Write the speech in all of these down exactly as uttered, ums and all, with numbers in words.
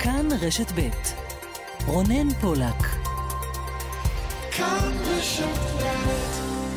כאן רשת ב' רונן פולק. כאן רשת ב'.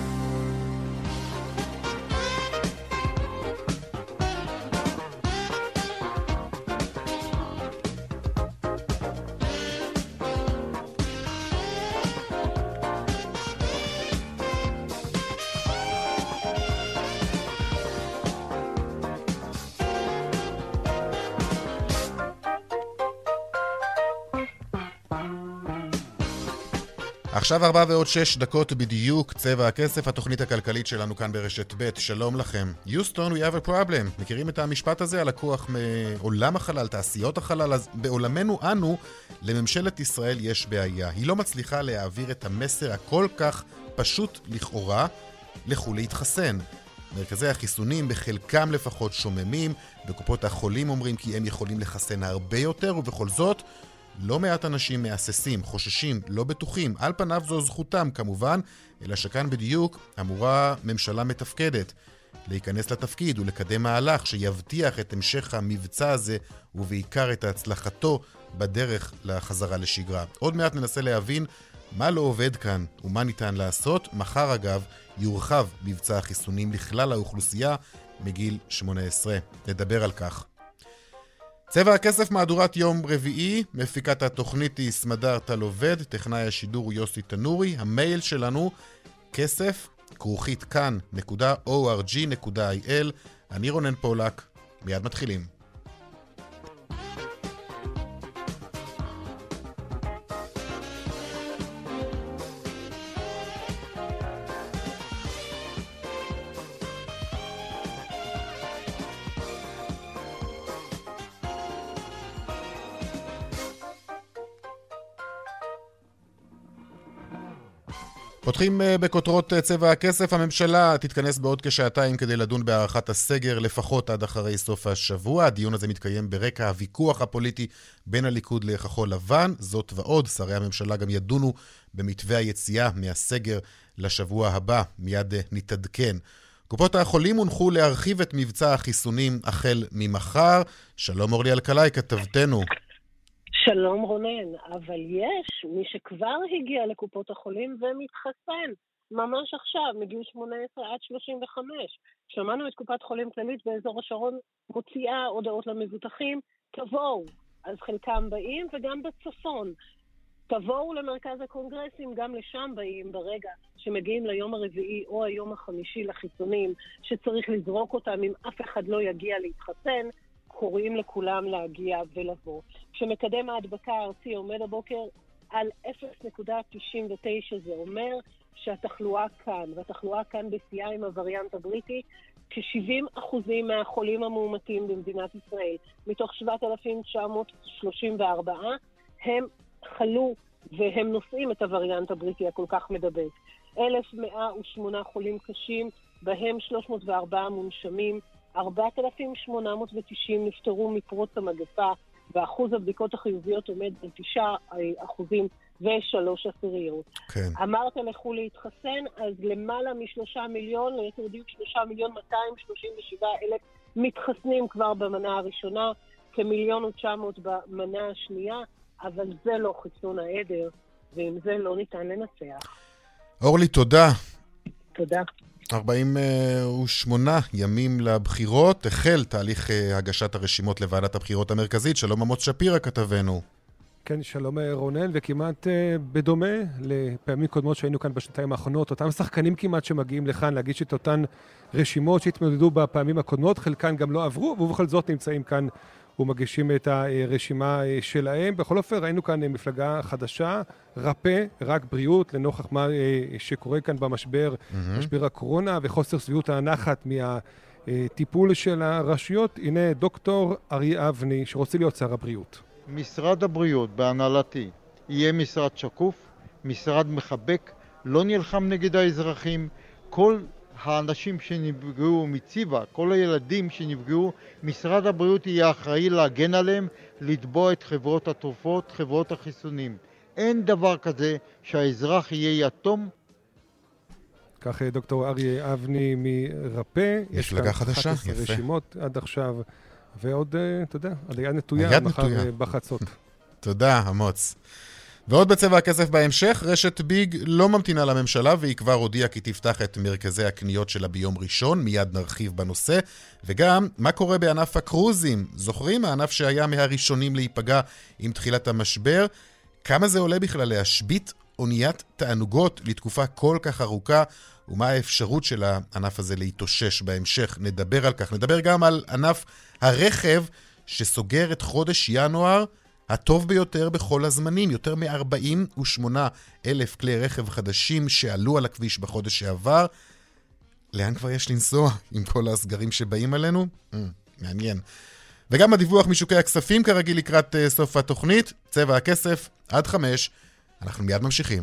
עכשיו ארבע ועוד שש דקות בדיוק, צבע הכסף, התוכנית הכלכלית שלנו כאן ברשת ב'. שלום לכם. Houston, we have a problem. מכירים את המשפט הזה? הלקוח מעולם החלל, תעשיות החלל. אז בעולמנו אנו, לממשלת ישראל יש בעיה. היא לא מצליחה להעביר את המסר הכל כך פשוט לכאורה, לכו להתחסן. מרכזי החיסונים בחלקם לפחות שוממים, בקופות החולים אומרים כי הם יכולים לחסן הרבה יותר, ובכל זאת לא מעט אנשים מאססים, חוששים, לא בטוחים. על פניו זו זכותם כמובן, אלא שכאן בדיוק אמורה ממשלה מתפקדת להיכנס לתפקיד ולקדם מהלך שיבטיח את המשך המבצע הזה ובעיקר את הצלחתו בדרך לחזרה לשגרה. עוד מעט ננסה להבין מה לא עובד כאן ומה ניתן לעשות. מחר אגב יורחב מבצע החיסונים לכלל האוכלוסייה מגיל שמונה עשרה. נדבר על כך. צבע הכסף מהדורת יום רביעי, מפיקת התוכנית היא סמדר תלובד, טכנאי השידור הוא יוסי תנורי. המייל שלנו כסף כרוכית כאן נקודה או אר ג'י נקודה איי אל. אני רונן פולק, מיד מתחילים. פותחים בכותרות צבע הכסף. הממשלה תתכנס בעוד כשעתיים כדי לדון בהארכת הסגר לפחות עד אחרי סוף השבוע. הדיון הזה מתקיים ברקע הוויכוח הפוליטי בין הליכוד לכחול לבן. זאת ועוד, שרי הממשלה גם ידונו במתווה היציאה מהסגר לשבוע הבא. מיד נתעדכן. קופות החולים הונחו להרחיב את מבצע החיסונים החל ממחר. שלום אורלי אלקלעי, כתבתנו. שלום רונן, אבל יש מי שכבר הגיע לקופות החולים ומתחסן ממש עכשיו, מגיל שמונה עשרה עד שלושים וחמש. שמענו את קופת חולים כללית באזור השרון מוציאה הודעות למבוטחים, תבואו. אז חלקם באים וגם בצפון. תבואו למרכז הקונגרסים, גם לשם באים ברגע שמגיעים ליום הרביעי או היום החמישי לחיסונים, שצריך לזרוק אותם אם אף אחד לא יגיע להתחסן. קוראים לכולם להגיע ולבוא. כשמקדם ההדבקה הארצי עומד הבוקר על אפס נקודה תשעים ותשע, זה אומר שהתחלואה כאן, והתחלואה כאן בשיאה עם הווריאנט הבריטי, כ-שבעים אחוזים מהחולים המאומתים במדינת ישראל, מתוך שבעת אלפים תשע מאות שלושים וארבע, הם חלו והם נושאים את הווריאנט הבריטי הכל כך מדבק. אלף מאה ושמונה חולים קשים, בהם שלוש מאות וארבע מונשמים, ארבעת אלפים שמונה מאות ותשעים נפטרו מפרוץ המגפה, ואחוז הבדיקות החיוביות עומד על תשעה אחוזים ושלוש עשיריות. כן. אמרת לכו להתחסן, אז למעלה משלושה מיליון, ליתר דיוק שלושה מיליון מאתיים שלושים ושבעה אלף מתחסנים כבר במנה הראשונה, כמיליון ותשע מאות במנה השנייה, אבל זה לא חיסון העדר, ועם זה לא ניתן לנצח. אורלי, תודה. תודה. ארבעים ושמונה ימים לבחירות, החל תהליך הגשת הרשימות לוועדת הבחירות המרכזית. שלום עמוס שפירא כתבנו. כן, שלום רונן, וכמעט בדומה לפעמים קודמות שהיינו כאן בשנתיים האחרונות, אותם שחקנים כמעט שמגיעים לכאן להגיש את אותן רשימות שהתמודדו בפעמים הקודמות, חלקן גם לא עברו, ובכל זאת נמצאים כאן ומגישים את הרשימה שלהם. בכל אופן, ראינו כאן מפלגה חדשה, רפה, רק בריאות, לנוכח מה שקורה כאן במשבר, mm-hmm. משבר הקורונה וחוסר סביבות הנחת מהטיפול של הרשויות. הנה דוקטור אריה אבני, שרוצה להיות שר הבריאות. משרד הבריאות בהנהלתי יהיה משרד שקוף, משרד מחבק, לא נלחם נגד האזרחים. כל האנשים שנפגעו מציבה, כל הילדים שנפגעו, משרד הבריאות יהיה אחראי להגן עליהם, לתבוע את חברות התרופות, חברות החיסונים. אין דבר כזה שהאזרח יהיה יתום. כך דוקטור אריה אבני מרפא. מפלגה חדשה, יפה. רשימות עד עכשיו ועוד, אתה יודע, עלייה נטויה, היד מחר נטויה. בחצות. תודה, אמוץ. ועוד בצבע הכסף בהמשך, רשת ביג לא ממתינה לממשלה, והיא כבר הודיעה כי תפתח את מרכזי הקניות שלה ביום ראשון, מיד נרחיב בנושא. וגם, מה קורה בענף הקרוזים? זוכרים? הענף שהיה מהראשונים להיפגע עם תחילת המשבר. כמה זה עולה בכלל להשבית אוניית תענוגות לתקופה כל כך ארוכה, ומה האפשרות של הענף הזה להתאושש בהמשך? נדבר על כך. נדבר גם על ענף הרכב שסוגר את חודש ינואר, הטוב ביותר בכל הזמנים, יותר מ-ארבעים ושמונה אלף כלי רכב חדשים שעלו על הכביש בחודש שעבר. לאן כבר יש לנסוע עם כל הסגרים שבאים עלינו? Mm, מעניין. וגם הדיווח משוקי הכספים כרגיל לקראת uh, סוף התוכנית, צבע הכסף עד חמש. אנחנו מיד ממשיכים.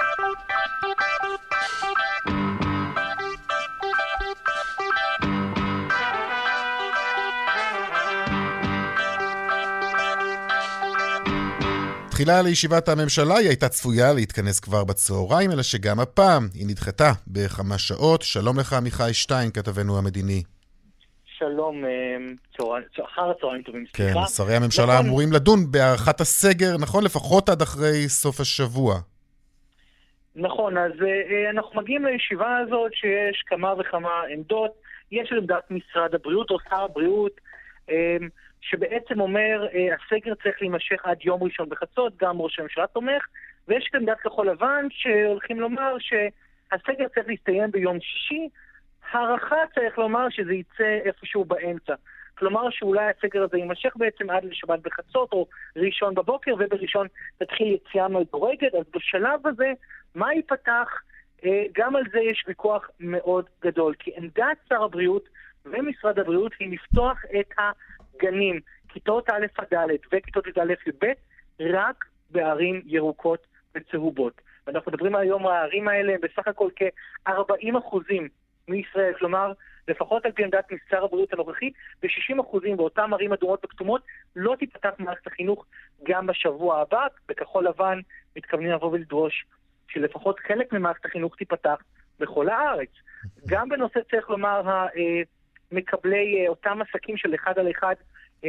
תחילה לישיבת הממשלה היא הייתה צפויה להתכנס כבר בצהריים, אלא שגם הפעם היא נדחתה בכמה שעות. שלום לך עמיחי שטיין, כתבנו המדיני. שלום, אחר הצהריים טובים, סליחה. כן, שרי הממשלה אמורים לדון בהארכת הסגר, נכון? לפחות עד אחרי סוף השבוע. נכון, אז אנחנו מגיעים לישיבה הזאת שיש כמה וכמה עמדות. יש עמדת משרד הבריאות או שר הבריאות, שבעצם אומר, הסגר צריך להימשך עד יום ראשון בחצות, גם ראש הממשלה תומך, ויש כאן עמדת כחול לבן שהולכים לומר שהסגר צריך להסתיים ביום שישי, הערכה צריך לומר שזה יצא איפשהו באמצע. כלומר שאולי הסגר הזה יימשך בעצם עד לשבת בחצות או ראשון בבוקר, ובראשון תתחיל יציאה מדורגת. אז בשלב הזה, מה ייפתח? גם על זה יש ויכוח מאוד גדול, כי עמדת שר הבריאות ומשרד הבריאות היא לפתוח את הגנים, כיתות א' עד ד' וכיתות י' א' י' ב', רק בערים ירוקות וצהובות. ואנחנו מדברים היום על הערים האלה בסך הכל כ-ארבעים אחוזים מישראל, כלומר, לפחות על פי עמדת שר הבריאות הנוכחי, ב-שישים אחוזים באותן ערים אדומות וכתומות לא תיפתח מערכת החינוך גם בשבוע הבא. בכחול לבן מתכוונים לבוא ולדרוש שלפחות חלק ממערכת החינוך תיפתח בכל הארץ. גם בנושא צריך לומר, מקבלי אותם עסקים של אחד על אחד,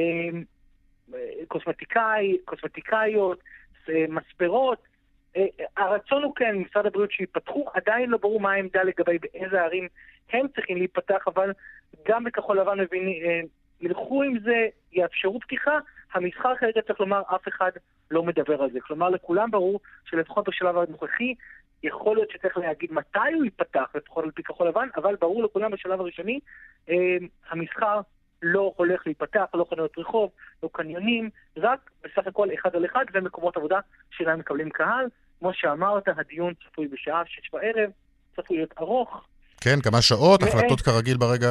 קוסמטיקאי, קוסמטיקאיות, מספרות, הרצון הוא כן, משרד הבריאות שיפתחו, עדיין לא ברור מה העמדה לגבי באיזה ערים הם צריכים להיפתח, אבל גם בכחול לבן מבינים, ילכו עם זה, יאפשרו פתיחה, המסחר כרגע צריך לומר, אף אחד לא מדבר על זה. כלומר, לכולם ברור שלפחות בשלב הנוכחי, יכול להיות שצריך להגיד מתי הוא ייפתח, לפחות על פי כחול לבן, אבל ברור לכולם בשלב הראשוני, המסחר לא הולך להיפתח, לא חנויות רחוב, לא קניונים, רק בסך הכל אחד על אחד, ומקומות עבודה שלהם מקבלים קהל. כמו שאמרת, הדיון צפוי בשעה שש בערב, צפוי להיות ארוך. כן, כמה שעות, החלטות כרגיל ברגע,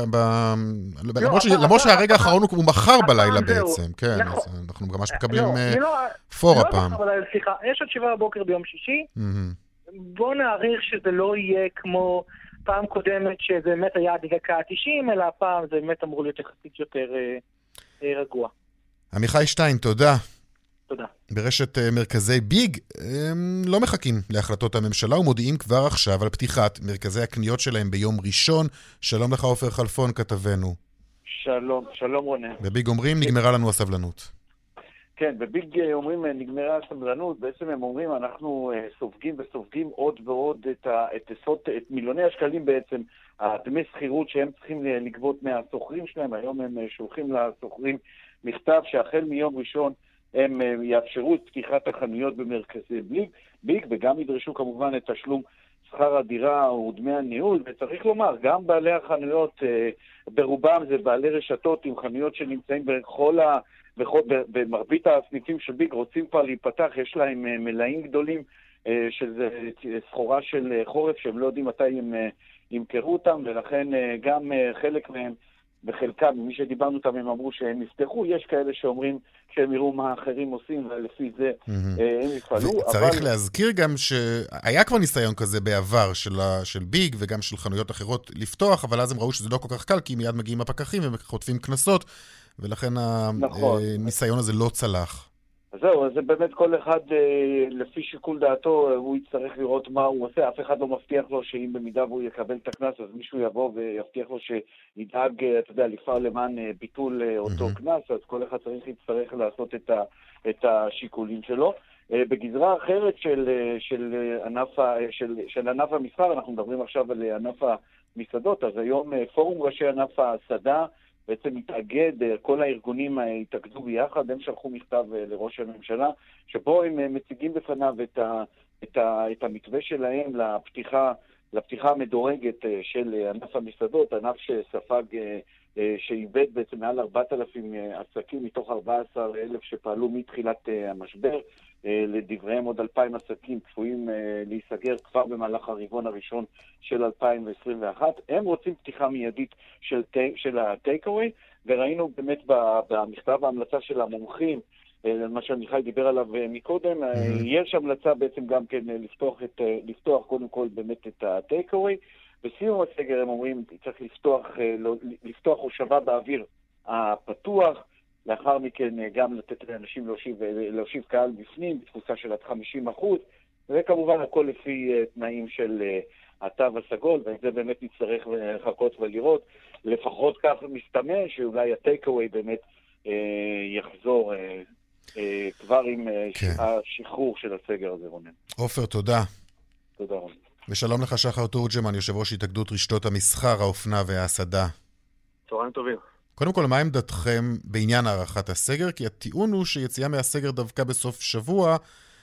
למרות שהרגע האחרון הוא מחר בלילה בעצם, כן, אנחנו ממש מקבלים פור הפעם. סליחה, יש עוד שבעה בבוקר ביום שישי, בוא נעריך שזה לא יהיה כמו פעם קודמת שזה באמת היה דקה תשעים, אלא הפעם זה באמת אמור להיות יחסית יותר רגוע. עמיחי שטיין, תודה. תודה. ברשת מרכזי ביג הם לא מחכים להחלטות הממשלה ומודיעים כבר עכשיו על פתיחת מרכזי הקניות שלהם ביום ראשון. שלום לך עופר חלפון, כתבנו. שלום, שלום רונן. בביג אומרים נגמרה לנו הסבלנות. כן, בביג אומרים נגמרה הסבלנות, בעצם הם אומרים אנחנו סופגים וסופגים עוד ועוד את, ה, את, עשות, את מיליוני השקלים בעצם, הדמי שכירות שהם צריכים לגבות מהסוחרים שלהם. היום הם שולחים לסוחרים מכתב שהחל מיום ראשון הם יאפשרו את פתיחת החנויות במרכזי ביג, ביג וגם ידרשו כמובן את תשלום שכר הדירה ודמי הניהול. וצריך לומר, גם בעלי החנויות, ברובם זה בעלי רשתות עם חנויות שנמצאים בכל ה... בכל, במרבית הסניפים של ביג רוצים כבר להיפתח, יש להם מלאים גדולים שזה סחורה של חורף שהם לא יודעים מתי הם ימכרו אותם, ולכן גם חלק מהם בחלקם, מי שדיברנו אותם, הם אמרו שהם יפתחו. יש כאלה שאומרים שהם יראו מה האחרים עושים, ולפי זה הם יפעלו. צריך להזכיר גם שהיה כבר ניסיון כזה בעבר של ביג וגם של חנויות אחרות לפתוח, אבל אז הם ראו שזה לא כל כך קל, כי מיד מגיעים הפקחים וחוטפים כנסות, ולכן הניסיון הזה לא צלח. אז זהו, אז זה באמת כל אחד לפי שיקול דעתו, הוא יצטרך לראות מה הוא עושה, אף אחד לא מבטיח לו שאם במידה והוא יקבל את הכנס, אז מישהו יבוא ויבטיח לו שידאג, אתה יודע, לפעול למען ביטול אותו כנס, אז כל אחד צריך יצטרך לעשות את, ה, את השיקולים שלו. בגזרה אחרת של, של, ענף, של, של ענף המסחר, אנחנו מדברים עכשיו על ענף המסעדות, אז היום פורום ראשי ענף ההסעדה, בעצם מתאגד, כל הארגונים התאגדו ביחד, הם שלחו מכתב לראש הממשלה, שבו הם מציגים בפניו את, ה, את, ה, את המתווה שלהם לפתיחה, לפתיחה המדורגת של ענף המסעדות, ענף שספג, שאיבד בעצם מעל ארבעת אלפים עסקים מתוך ארבעה עשר אלף שפעלו מתחילת המשבר. לדבריהם עוד אלפיים עסקים צפויים להיסגר כבר במהלך הרבעון הראשון של אלפיים עשרים ואחת. הם רוצים פתיחה מיידית של, של הטייק-אווי, וראינו באמת במכתב ההמלצה של המומחים, מה שמיכאל דיבר עליו מקודם, mm-hmm. יש המלצה בעצם גם כן לפתוח, את, לפתוח קודם כל באמת את הטייק-אווי. בסיום הסגר הם אומרים צריך לפתוח, לפתוח הושבה באוויר הפתוח, לאחר מכן גם לתת לאנשים להושיב, להושיב קהל בפנים, בתפוסה של עד חמישים אחוז, וכמובן הכל לפי תנאים של התו הסגול, ואת זה באמת נצטרך לחכות ולראות. לפחות כך מסתמן שאולי הטייק-אווי באמת אה, יחזור אה, אה, כבר עם אה, כן. השחרור של הסגר הזה, רונן. עופר, תודה. תודה, רונן. ושלום לך שחר תורג'מן, יושב ראש התאגדות רשתות המסחר, האופנה וההסעדה. צהריים טובים. קודם כל, מה עמדתכם בעניין הערכת הסגר? כי הטיעון הוא שיציאה מהסגר דווקא בסוף שבוע,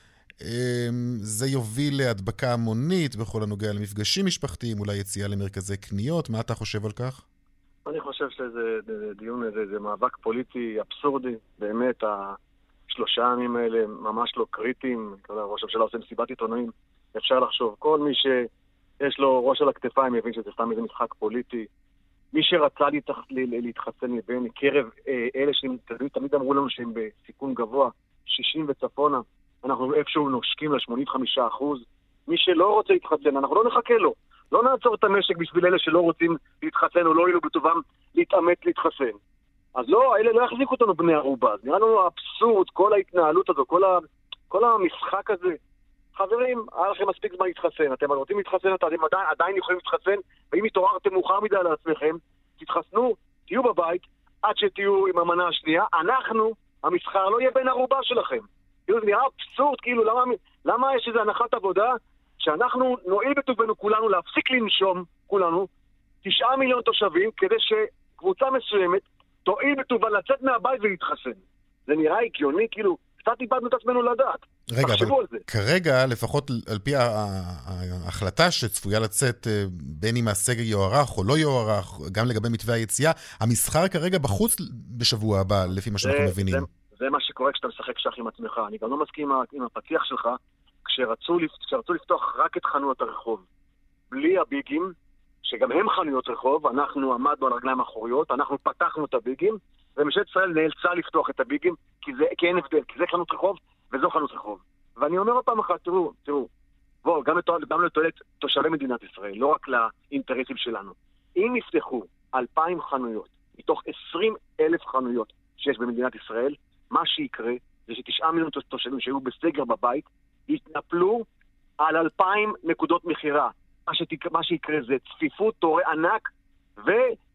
זה יוביל להדבקה המונית בכל הנוגע למפגשים משפחתיים, אולי יציאה למרכזי קניות. מה אתה חושב על כך? אני חושב שזה דיון הזה, זה מאבק פוליטי אבסורדי. באמת, השלושה ימים האלה ממש לא קריטיים. ראש הממשלה עושה מסיבת עיתונאים. אפשר לחשוב, כל מי שיש לו ראש על הכתפיים יבין שזה סתם איזה משחק פוליטי. מי שרצה להתחסן מבין מקרב אלה שתמיד אמרו לנו שהם בסיכון גבוה, שישים וצפונה, אנחנו איפשהו נושקים ל-שמונים וחמישה אחוז. מי שלא רוצה להתחסן, אנחנו לא נחכה לו. לא נעצור את המשק בשביל אלה שלא רוצים להתחסן או לא יהיו בטובם להתאמץ להתחסן. אז לא, אלה לא יחזיקו אותנו בני ערובה. נראה לנו אבסורד, כל ההתנהלות הזו, כל, ה, כל המשחק הזה. חברים, היה לכם מספיק זמן להתחסן. אתם רוצים להתחסן, אתם עדיין, עדיין יכולים להתחסן, ואם התעוררתם מאוחר מדי על עצמכם, תתחסנו, תהיו בבית, עד שתהיו עם המנה השנייה. אנחנו, המסחר, לא יהיה בין ערובה שלכם. כאילו זה נראה אבסורד, כאילו למה, למה יש איזו הנחת עבודה שאנחנו נועיל בטובנו כולנו להפסיק לנשום, כולנו, תשעה מיליון תושבים, כדי שקבוצה מסוימת תועיל בטובה לצאת מהבית ולהתחסן. זה נראה הגיוני, כאילו, קצת איבדנו את עצמנו לדעת. רגע, אבל כרגע, לפחות על פי ההחלטה שצפויה לצאת, בין אם הסגר יוארך או לא יוארך, גם לגבי מתווה היציאה, המסחר כרגע בחוץ בשבוע הבא, לפי מה שאנחנו מבינים. זה, זה מה שקורה כשאתה משחק שח עם עצמך. אני גם לא מסכים עם הפתיח שלך, כשרצו, כשרצו לפתוח רק את חנויות הרחוב, בלי הביגים, שגם הם חנויות רחוב, אנחנו עמדנו על רגליים אחוריות, אנחנו פתחנו את הביגים, וממשלת ישראל נאלצה לפתוח את הביגים, כי זה, כי אין הבדל, כי זה חנות רחוב, וזו חנות רחוב. ואני אומר עוד פעם אחת, תראו, תראו, בואו, גם לתועלת תושבי מדינת ישראל, לא רק לאינטרסים שלנו. אם יפתחו אלפיים חנויות, מתוך עשרים אלף חנויות שיש במדינת ישראל, מה שיקרה זה שתשעה מיליון תושבים שהיו בסגר בבית, יתנפלו על אלפיים נקודות מחירה. מה, שתק... מה שיקרה זה צפיפות, תורי ענק, ו...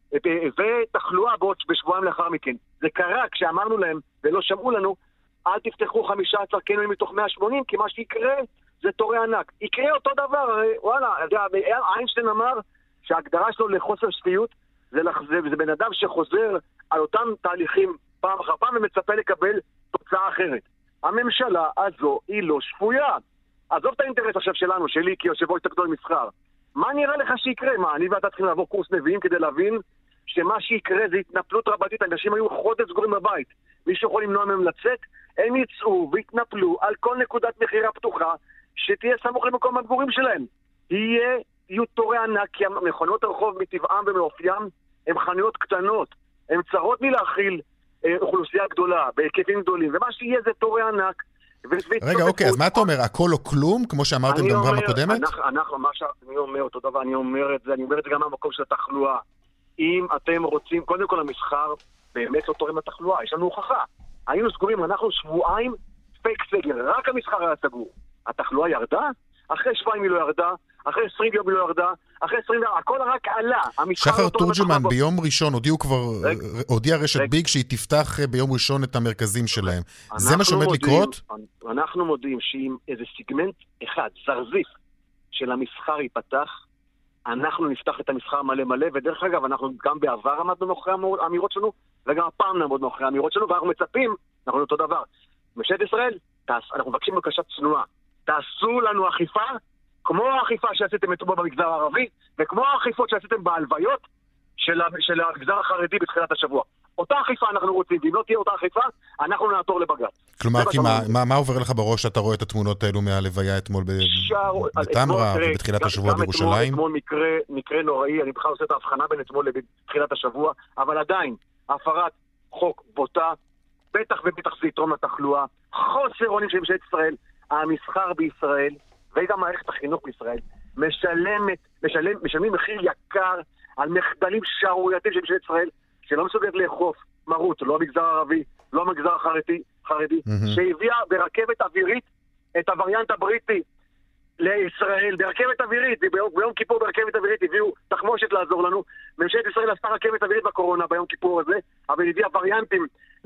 ותחלואה בעוד בשבועיים לאחר מכן. זה קרה כשאמרנו להם, ולא שמעו לנו, אל תפתחו חמישה עשר קניונים מתוך מאה ושמונים, כי מה שיקרה זה תורי ענק. יקרה אותו דבר, וואלה, איינשטיין אמר שההגדרה שלו לחוסר שפיות, זה, לחזב, זה בן אדם שחוזר על אותם תהליכים פעם אחר פעם, ומצפה לקבל תוצאה אחרת. הממשלה הזו היא לא שפויה. עזוב את האינטרס עכשיו שלנו, שלי כיושב ראש התאגדות מסחר. מה נראה לך שיקרה? מה, אני ואתה צריכים לעבור קורס נביאים כדי להבין שמה שיקרה זה התנפלות רבתית. אנשים היו חודש סגורים בבית. מישהו יכול למנוע מהם לצאת, הם יצאו והתנפלו על כל נקודת מחירה פתוחה שתהיה סמוך למקום המגורים שלהם. יהיה, יהיו תורי ענק, כי מכונות הרחוב מטבעם ומאופיים הם חנויות קטנות. הם צרות מלהכיל אה, אוכלוסייה גדולה, בהיקפים גדולים, ומה שיהיה זה תורי ענק. רגע, אוקיי, אז מה אתה אומר? הכל או כלום, כמו שאמרתם גם בפעם הקודמת? אנחנו, מה שאני אומר, אותו דבר, אני אומר את זה, אני אומר את זה גם מהמקום של התחלואה. אם אתם רוצים, קודם כל המסחר באמת לא תורם לתחלואה, יש לנו הוכחה. היינו סגורים, אנחנו שבועיים פייק סגר, רק המסחר היה סגור. התחלואה ירדה, אחרי שבועיים היא לא ירדה, אחרי עשרים יום היא לא ירדה, אחרי עשרים יום, הכל רק עלה. שחר תורג'מן, ביום ראשון הודיעו כבר, הודיע רשת ביג שהיא תפתח ביום ראשון את המרכזים שלהם. זה מה שעומד לקרות? אנחנו מודיעים שאם איזה סיגמנט אחד, זרזיף, של המסחר ייפתח, אנחנו נפתח את המסחר מלא מלא, ודרך אגב, אנחנו גם בעבר עמדנו מאחורי האמירות שלנו, וגם הפעם נעמוד מאחורי האמירות שלנו, ואנחנו מצפים, אנחנו אותו דבר. ממשלת ישראל, אנחנו מבקשים בקשה צנועה, תעשו לנו אכיפה, כמו האכיפה שעשיתם אתמול במגזר הערבי, וכמו האכיפות שעשיתם בהלוויות של, של המגזר החרדי בתחילת השבוע. אותה אכיפה אנחנו רוצים, ואם לא תהיה אותה אכיפה, אנחנו נעתור לבג"ץ. כלומר, כי מה, מה, מה עובר לך בראש שאתה רואה את התמונות האלו מהלוויה אתמול בתמרה ובתחילת השבוע בירושלים? גם אתמול מקרה, מקרה נוראי, אני בכלל עושה את ההבחנה בין אתמול לתחילת השבוע, אבל עדיין, הפרת חוק בוטה, בטח ובטח זה יתרום לתחלואה, חוסר אונים של ממשלת ישראל, המסחר בישראל, וגם מערכת החינוך בישראל, משלמת, משלם, משלמים מחיר יקר על מחדלים שערורייתיים של ממשלת ישראל, שלא מסוגלת לאכוף מרות, לא המגזר הערבי, לא המגזר החרדי, חרדי, mm-hmm. שהביאה ברכבת אווירית את הווריאנט הבריטי לישראל, ברכבת אווירית, ביום, ביום כיפור ברכבת אווירית הביאו תחמושת לעזור לנו, ממשלת ישראל עשתה רכבת אווירית בקורונה ביום כיפור הזה, אבל הביאה וריאנטים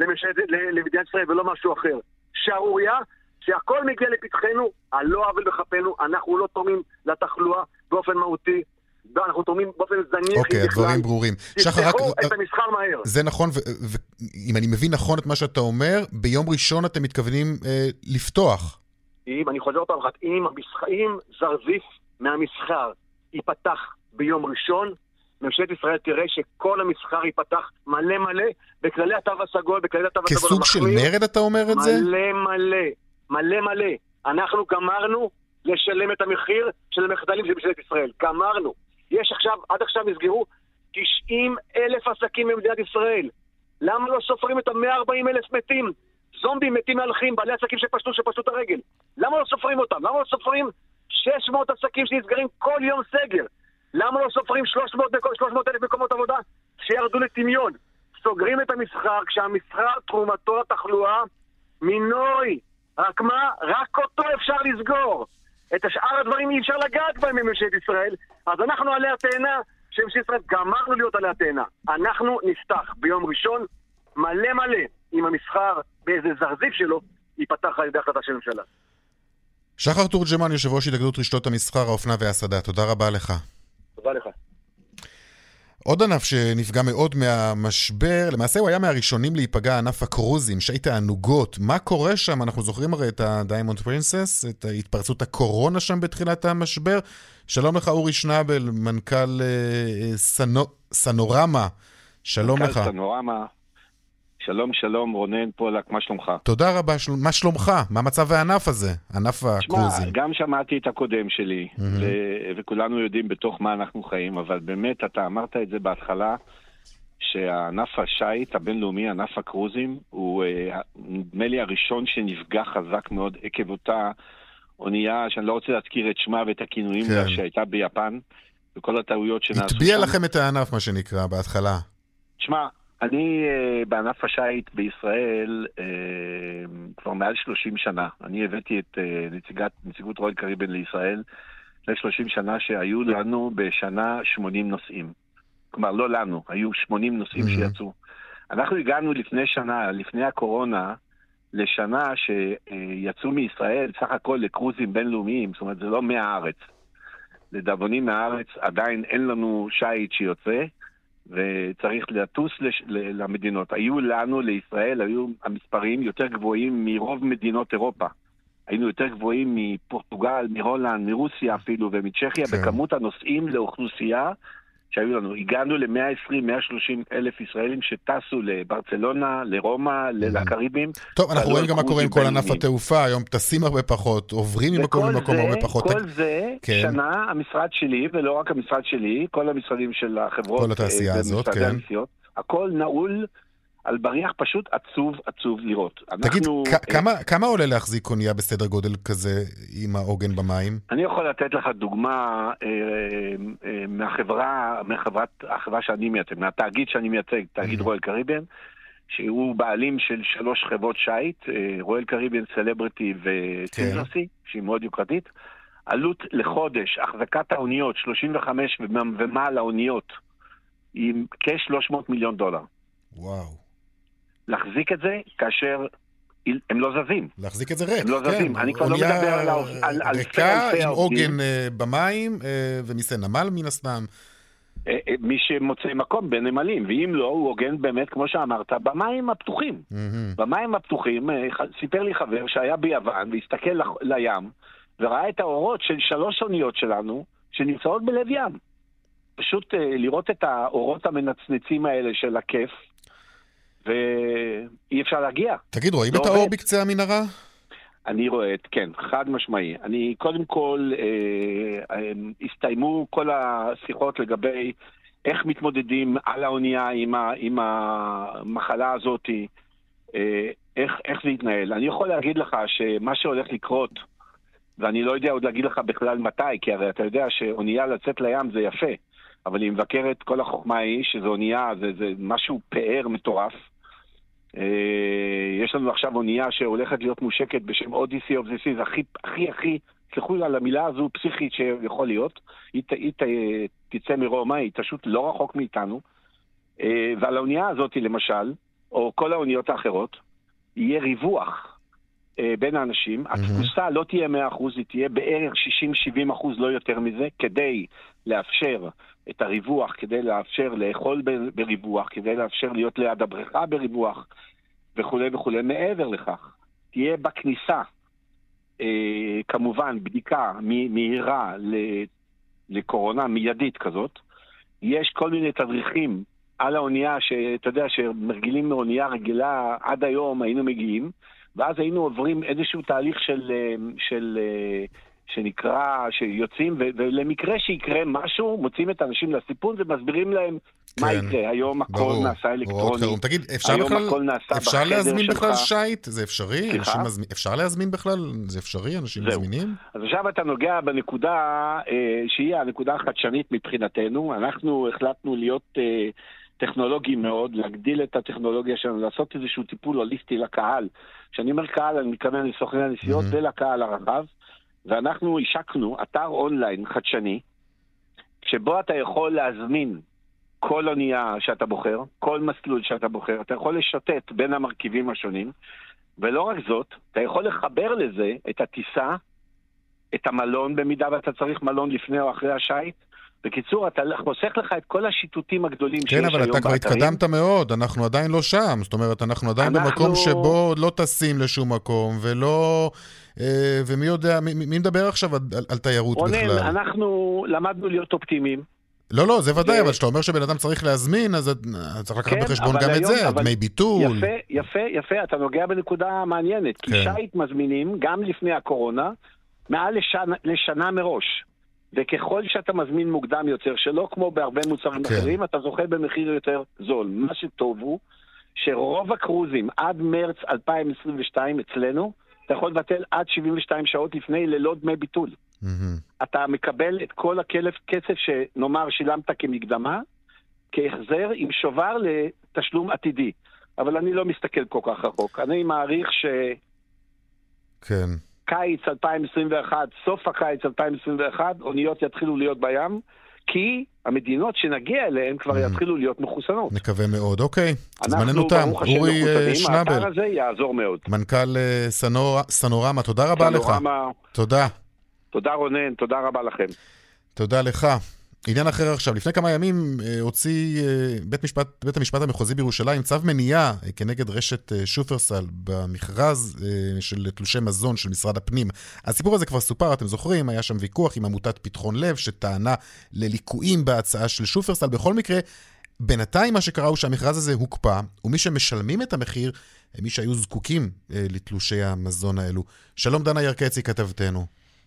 למדינת ישראל ולא משהו אחר. שערוריה, שהכל מגיע לפתחנו, על לא עוול בכפנו, אנחנו לא תורמים לתחלואה באופן מהותי, אנחנו תורמים באופן זניח. אוקיי, הדברים ברורים. תפתחו את המסחר מהר. זה נכון, ואם אני מבין נכון את מה שאתה אומר, ביום ראשון אתם מתכוונים לפתוח. אם, אני חוזר פעם אחת, אם זרזיף מהמסחר ייפתח ביום ראשון, ממשלת ישראל תראה שכל המסחר ייפתח מלא מלא, בכללי התו הסגול, בכללי התו הסגול המחמיר. כסוג של מרד אתה אומר את זה? מלא מלא, מלא מלא. אנחנו גמרנו לשלם את המחיר של המחדלים של ממשלת ישראל. גמרנו. יש עכשיו, עד עכשיו נסגרו תשעים אלף עסקים במדינת ישראל. למה לא סופרים את ה-מאה וארבעים אלף מתים? זומבים מתים מהלכים, בעלי עסקים שפשטו, שפשטו את הרגל. למה לא סופרים אותם? למה לא סופרים שש מאות עסקים שנסגרים כל יום סגר? למה לא סופרים שלוש מאות אלף מקומות עבודה שירדו לטמיון? סוגרים את המסחר כשהמסחר תרומתו לתחלואה מינורי. רק מה? רק אותו אפשר לסגור. את השאר הדברים אי אפשר לגעת בהם מממשלת ישראל. אז אנחנו עלי התאנה, שממשלת ישראל גמרנו להיות עלי התאנה. אנחנו נפתח ביום ראשון מלא מלא עם המסחר באיזה זרזיף שלו ייפתח על ידי החלטה של ממשלה. שחר תורג'מן, יושב ראש התאגדות רשתות המסחר, האופנה וההסעדה. תודה רבה לך. תודה לך. עוד ענף שנפגע מאוד מהמשבר, למעשה הוא היה מהראשונים להיפגע, ענף הקרוזים, שיט הענוגות. מה קורה שם? אנחנו זוכרים הרי את הדיימונד פרינסס, את התפרצות הקורונה שם בתחילת המשבר. שלום לך אורי שנבל, מנכ"ל סנו... סנורמה. שלום מנכ"ל לך. מנכ"ל סנורמה. שלום שלום רונן פולק, מה שלומך? תודה רבה, של... מה שלומך? מה מצב הענף הזה? ענף הקרוזים. גם שמעתי את הקודם שלי, mm-hmm. ו... וכולנו יודעים בתוך מה אנחנו חיים, אבל באמת אתה אמרת את זה בהתחלה, שהענף השייט הבינלאומי, ענף הקרוזים, הוא נדמה לי הראשון שנפגע חזק מאוד עקב אותה אונייה, שאני לא רוצה להזכיר את שמה ואת הכינויים כן. שהייתה ביפן, וכל הטעויות שנעשו שם. התביע לכם את הענף, מה שנקרא, בהתחלה. תשמע, אני uh, בענף השייט בישראל uh, כבר מעל שלושים שנה. אני הבאתי את uh, נציגת, נציגות רויאל קריבן לישראל לפני שלושים שנה שהיו לנו בשנה שמונים נוסעים. כלומר, לא לנו, היו שמונים נוסעים mm-hmm. שיצאו. אנחנו הגענו לפני שנה, לפני הקורונה, לשנה שיצאו מישראל סך הכל לקרוזים בינלאומיים, זאת אומרת, זה לא מהארץ. לדאבונים מהארץ עדיין אין לנו שייט שיוצא, וצריך לטוס לש... למדינות. היו לנו, לישראל, היו המספרים יותר גבוהים מרוב מדינות אירופה. היינו יותר גבוהים מפורטוגל, מהולנד, מרוסיה אפילו, ומצ'כיה, כן. בכמות הנוסעים לאוכלוסייה שהיו לנו. הגענו ל-מאה עשרים עד מאה ושלושים אלף ישראלים שטסו לברצלונה, לרומא, לקריבים. טוב, אנחנו רואים גם מה קורה עם כל ענף התעופה, היום טסים הרבה פחות, עוברים ממקום למקום הרבה פחות. כל זה, שנה, המשרד שלי, ולא רק המשרד שלי, כל המשרדים של החברות, כל התעשייה הזאת, כן. הכל נעול על בריח פשוט עצוב, עצוב לראות. תגיד, כמה עולה להחזיק אונייה בסדר גודל כזה עם העוגן במים? אני יכול לתת לך דוגמה מהחברה, מהחברת, החברה שאני מייצג, מהתאגיד שאני מייצג, תאגיד רויאל קריבן, שהוא בעלים של שלוש חברות שייט, רויאל קריביאן סלבריטי וסילברסי, שהיא מאוד יוקרתית. עלות לחודש, החזקת האוניות, שלושים וחמש ומעל האוניות, עם כ-שלוש מאות מיליון דולר. וואו. להחזיק את זה כאשר הם לא זזים. להחזיק את זה ריק, הם לא כן. זזים. אני כבר לא מדבר על אלפי אלפי ריקה עם עוגן במים ומיסי נמל מן הסתם. מי שמוצא מקום בנמלים, ואם לא, הוא עוגן באמת, כמו שאמרת, במים הפתוחים. במים הפתוחים, סיפר לי חבר שהיה ביוון והסתכל לים, וראה את האורות של שלוש אוניות שלנו, שנמצאות בלב ים. פשוט לראות את האורות המנצנצים האלה של הכיף, ואי אפשר להגיע. תגיד, רואים את האור בקצה המנהרה? אני רואה את, כן, חד משמעי. אני קודם כל, אה, אה, הסתיימו כל השיחות לגבי איך מתמודדים על האונייה עם, ה, עם המחלה הזאת, אה, איך, איך זה יתנהל. אני יכול להגיד לך שמה שהולך לקרות, ואני לא יודע עוד להגיד לך בכלל מתי, כי הרי אתה יודע שאונייה לצאת לים זה יפה, אבל אני מבקר את כל החוכמה היא שזו אונייה, זה, זה משהו פאר מטורף. יש לנו עכשיו אונייה שהולכת להיות מושקת בשם Odyssey of the Seas, הכי, הכי, הכי, סליחו על המילה הזו, פסיכית שיכול להיות. היא, היא תצא מרומא, היא פשוט לא רחוק מאיתנו. ועל האונייה הזאת, למשל, או כל האוניות האחרות, יהיה ריווח בין האנשים. התפוסה לא תהיה מאה אחוז, היא תהיה בערך שישים שבעים אחוז, לא יותר מזה, כדי לאפשר את הריווח, כדי לאפשר לאכול בריווח, כדי לאפשר להיות ליד הבריכה בריווח, וכו' וכו'. מעבר לכך, תהיה בכניסה, אה, כמובן, בדיקה מהירה לקורונה מיידית כזאת. יש כל מיני תדריכים על האונייה, שאתה יודע, שמרגילים מאונייה רגילה עד היום היינו מגיעים, ואז היינו עוברים איזשהו תהליך של... של שנקרא, שיוצאים, ולמקרה שיקרה משהו, מוצאים את האנשים לסיפון ומסבירים להם מה יקרה. היום הכל נעשה אלקטרוני. תגיד, אפשר להזמין בכלל שייט? זה אפשרי? אפשר להזמין בכלל? זה אפשרי? אנשים מזמינים? אז עכשיו אתה נוגע בנקודה שהיא הנקודה החדשנית מבחינתנו. אנחנו החלטנו להיות טכנולוגיים מאוד, להגדיל את הטכנולוגיה שלנו, לעשות איזשהו טיפול הוליסטי לקהל. כשאני אומר קהל, אני מתכוון לסוכני הנסיעות ולקהל הרחב. ואנחנו השקנו אתר אונליין חדשני, שבו אתה יכול להזמין כל אונייה שאתה בוחר, כל מסלול שאתה בוחר, אתה יכול לשוטט בין המרכיבים השונים, ולא רק זאת, אתה יכול לחבר לזה את הטיסה, את המלון, במידה ואתה צריך מלון לפני או אחרי השייט. בקיצור, אתה חוסך לך את כל השיטוטים הגדולים שיש היום באתרים. כן, אבל אתה כבר התקדמת מאוד, אנחנו עדיין לא שם, זאת אומרת, אנחנו עדיין במקום שבו לא טסים לשום מקום, ולא... ומי יודע, מי מדבר עכשיו על תיירות בכלל? רונן, אנחנו למדנו להיות אופטימיים. לא, לא, זה ודאי, אבל שאתה אומר שבן אדם צריך להזמין, אז צריך לקחת בחשבון גם את זה, דמי ביטול. יפה, יפה, יפה, אתה נוגע בנקודה מעניינת, כי שייט מזמינים, גם לפני הקורונה, מעל לשנה מראש. וככל שאתה מזמין מוקדם יותר, שלא כמו בהרבה מוצרים אחרים, אתה זוכה במחיר יותר זול. מה שטוב הוא, שרוב הקרוזים עד מרץ אלפיים עשרים ושתיים אצלנו, אתה יכול לבטל עד שבעים ושתיים שעות לפני ללא דמי ביטול. אתה מקבל את כל הכסף כסף שנאמר שילמת כמקדמה, כהחזר עם שובר לתשלום עתידי. אבל אני לא מסתכל כל כך רחוק. אני מעריך ש... כן. קיץ אלפיים עשרים ואחת, סוף הקיץ אלפיים עשרים ואחת, אוניות יתחילו להיות בים, כי המדינות שנגיע אליהן כבר יתחילו להיות מחוסנות. נקווה מאוד, אוקיי. זמננו תם. אורי שנבל. האתר הזה יעזור מאוד. מנכ"ל סנורמה, תודה רבה לך. תודה. תודה רונן, תודה רבה לכם. תודה לך. עניין אחר עכשיו, לפני כמה ימים הוציא בית, משפט, בית המשפט המחוזי בירושלים צו מניעה כנגד רשת שופרסל במכרז של תלושי מזון של משרד הפנים. הסיפור הזה כבר סופר, אתם זוכרים, היה שם ויכוח עם עמותת פתחון לב שטענה לליקויים בהצעה של שופרסל. בכל מקרה, בינתיים מה שקרה הוא שהמכרז הזה הוקפא, ומי שמשלמים את המחיר הם מי שהיו זקוקים לתלושי המזון האלו. שלום דנה ירקצי כתבתנו.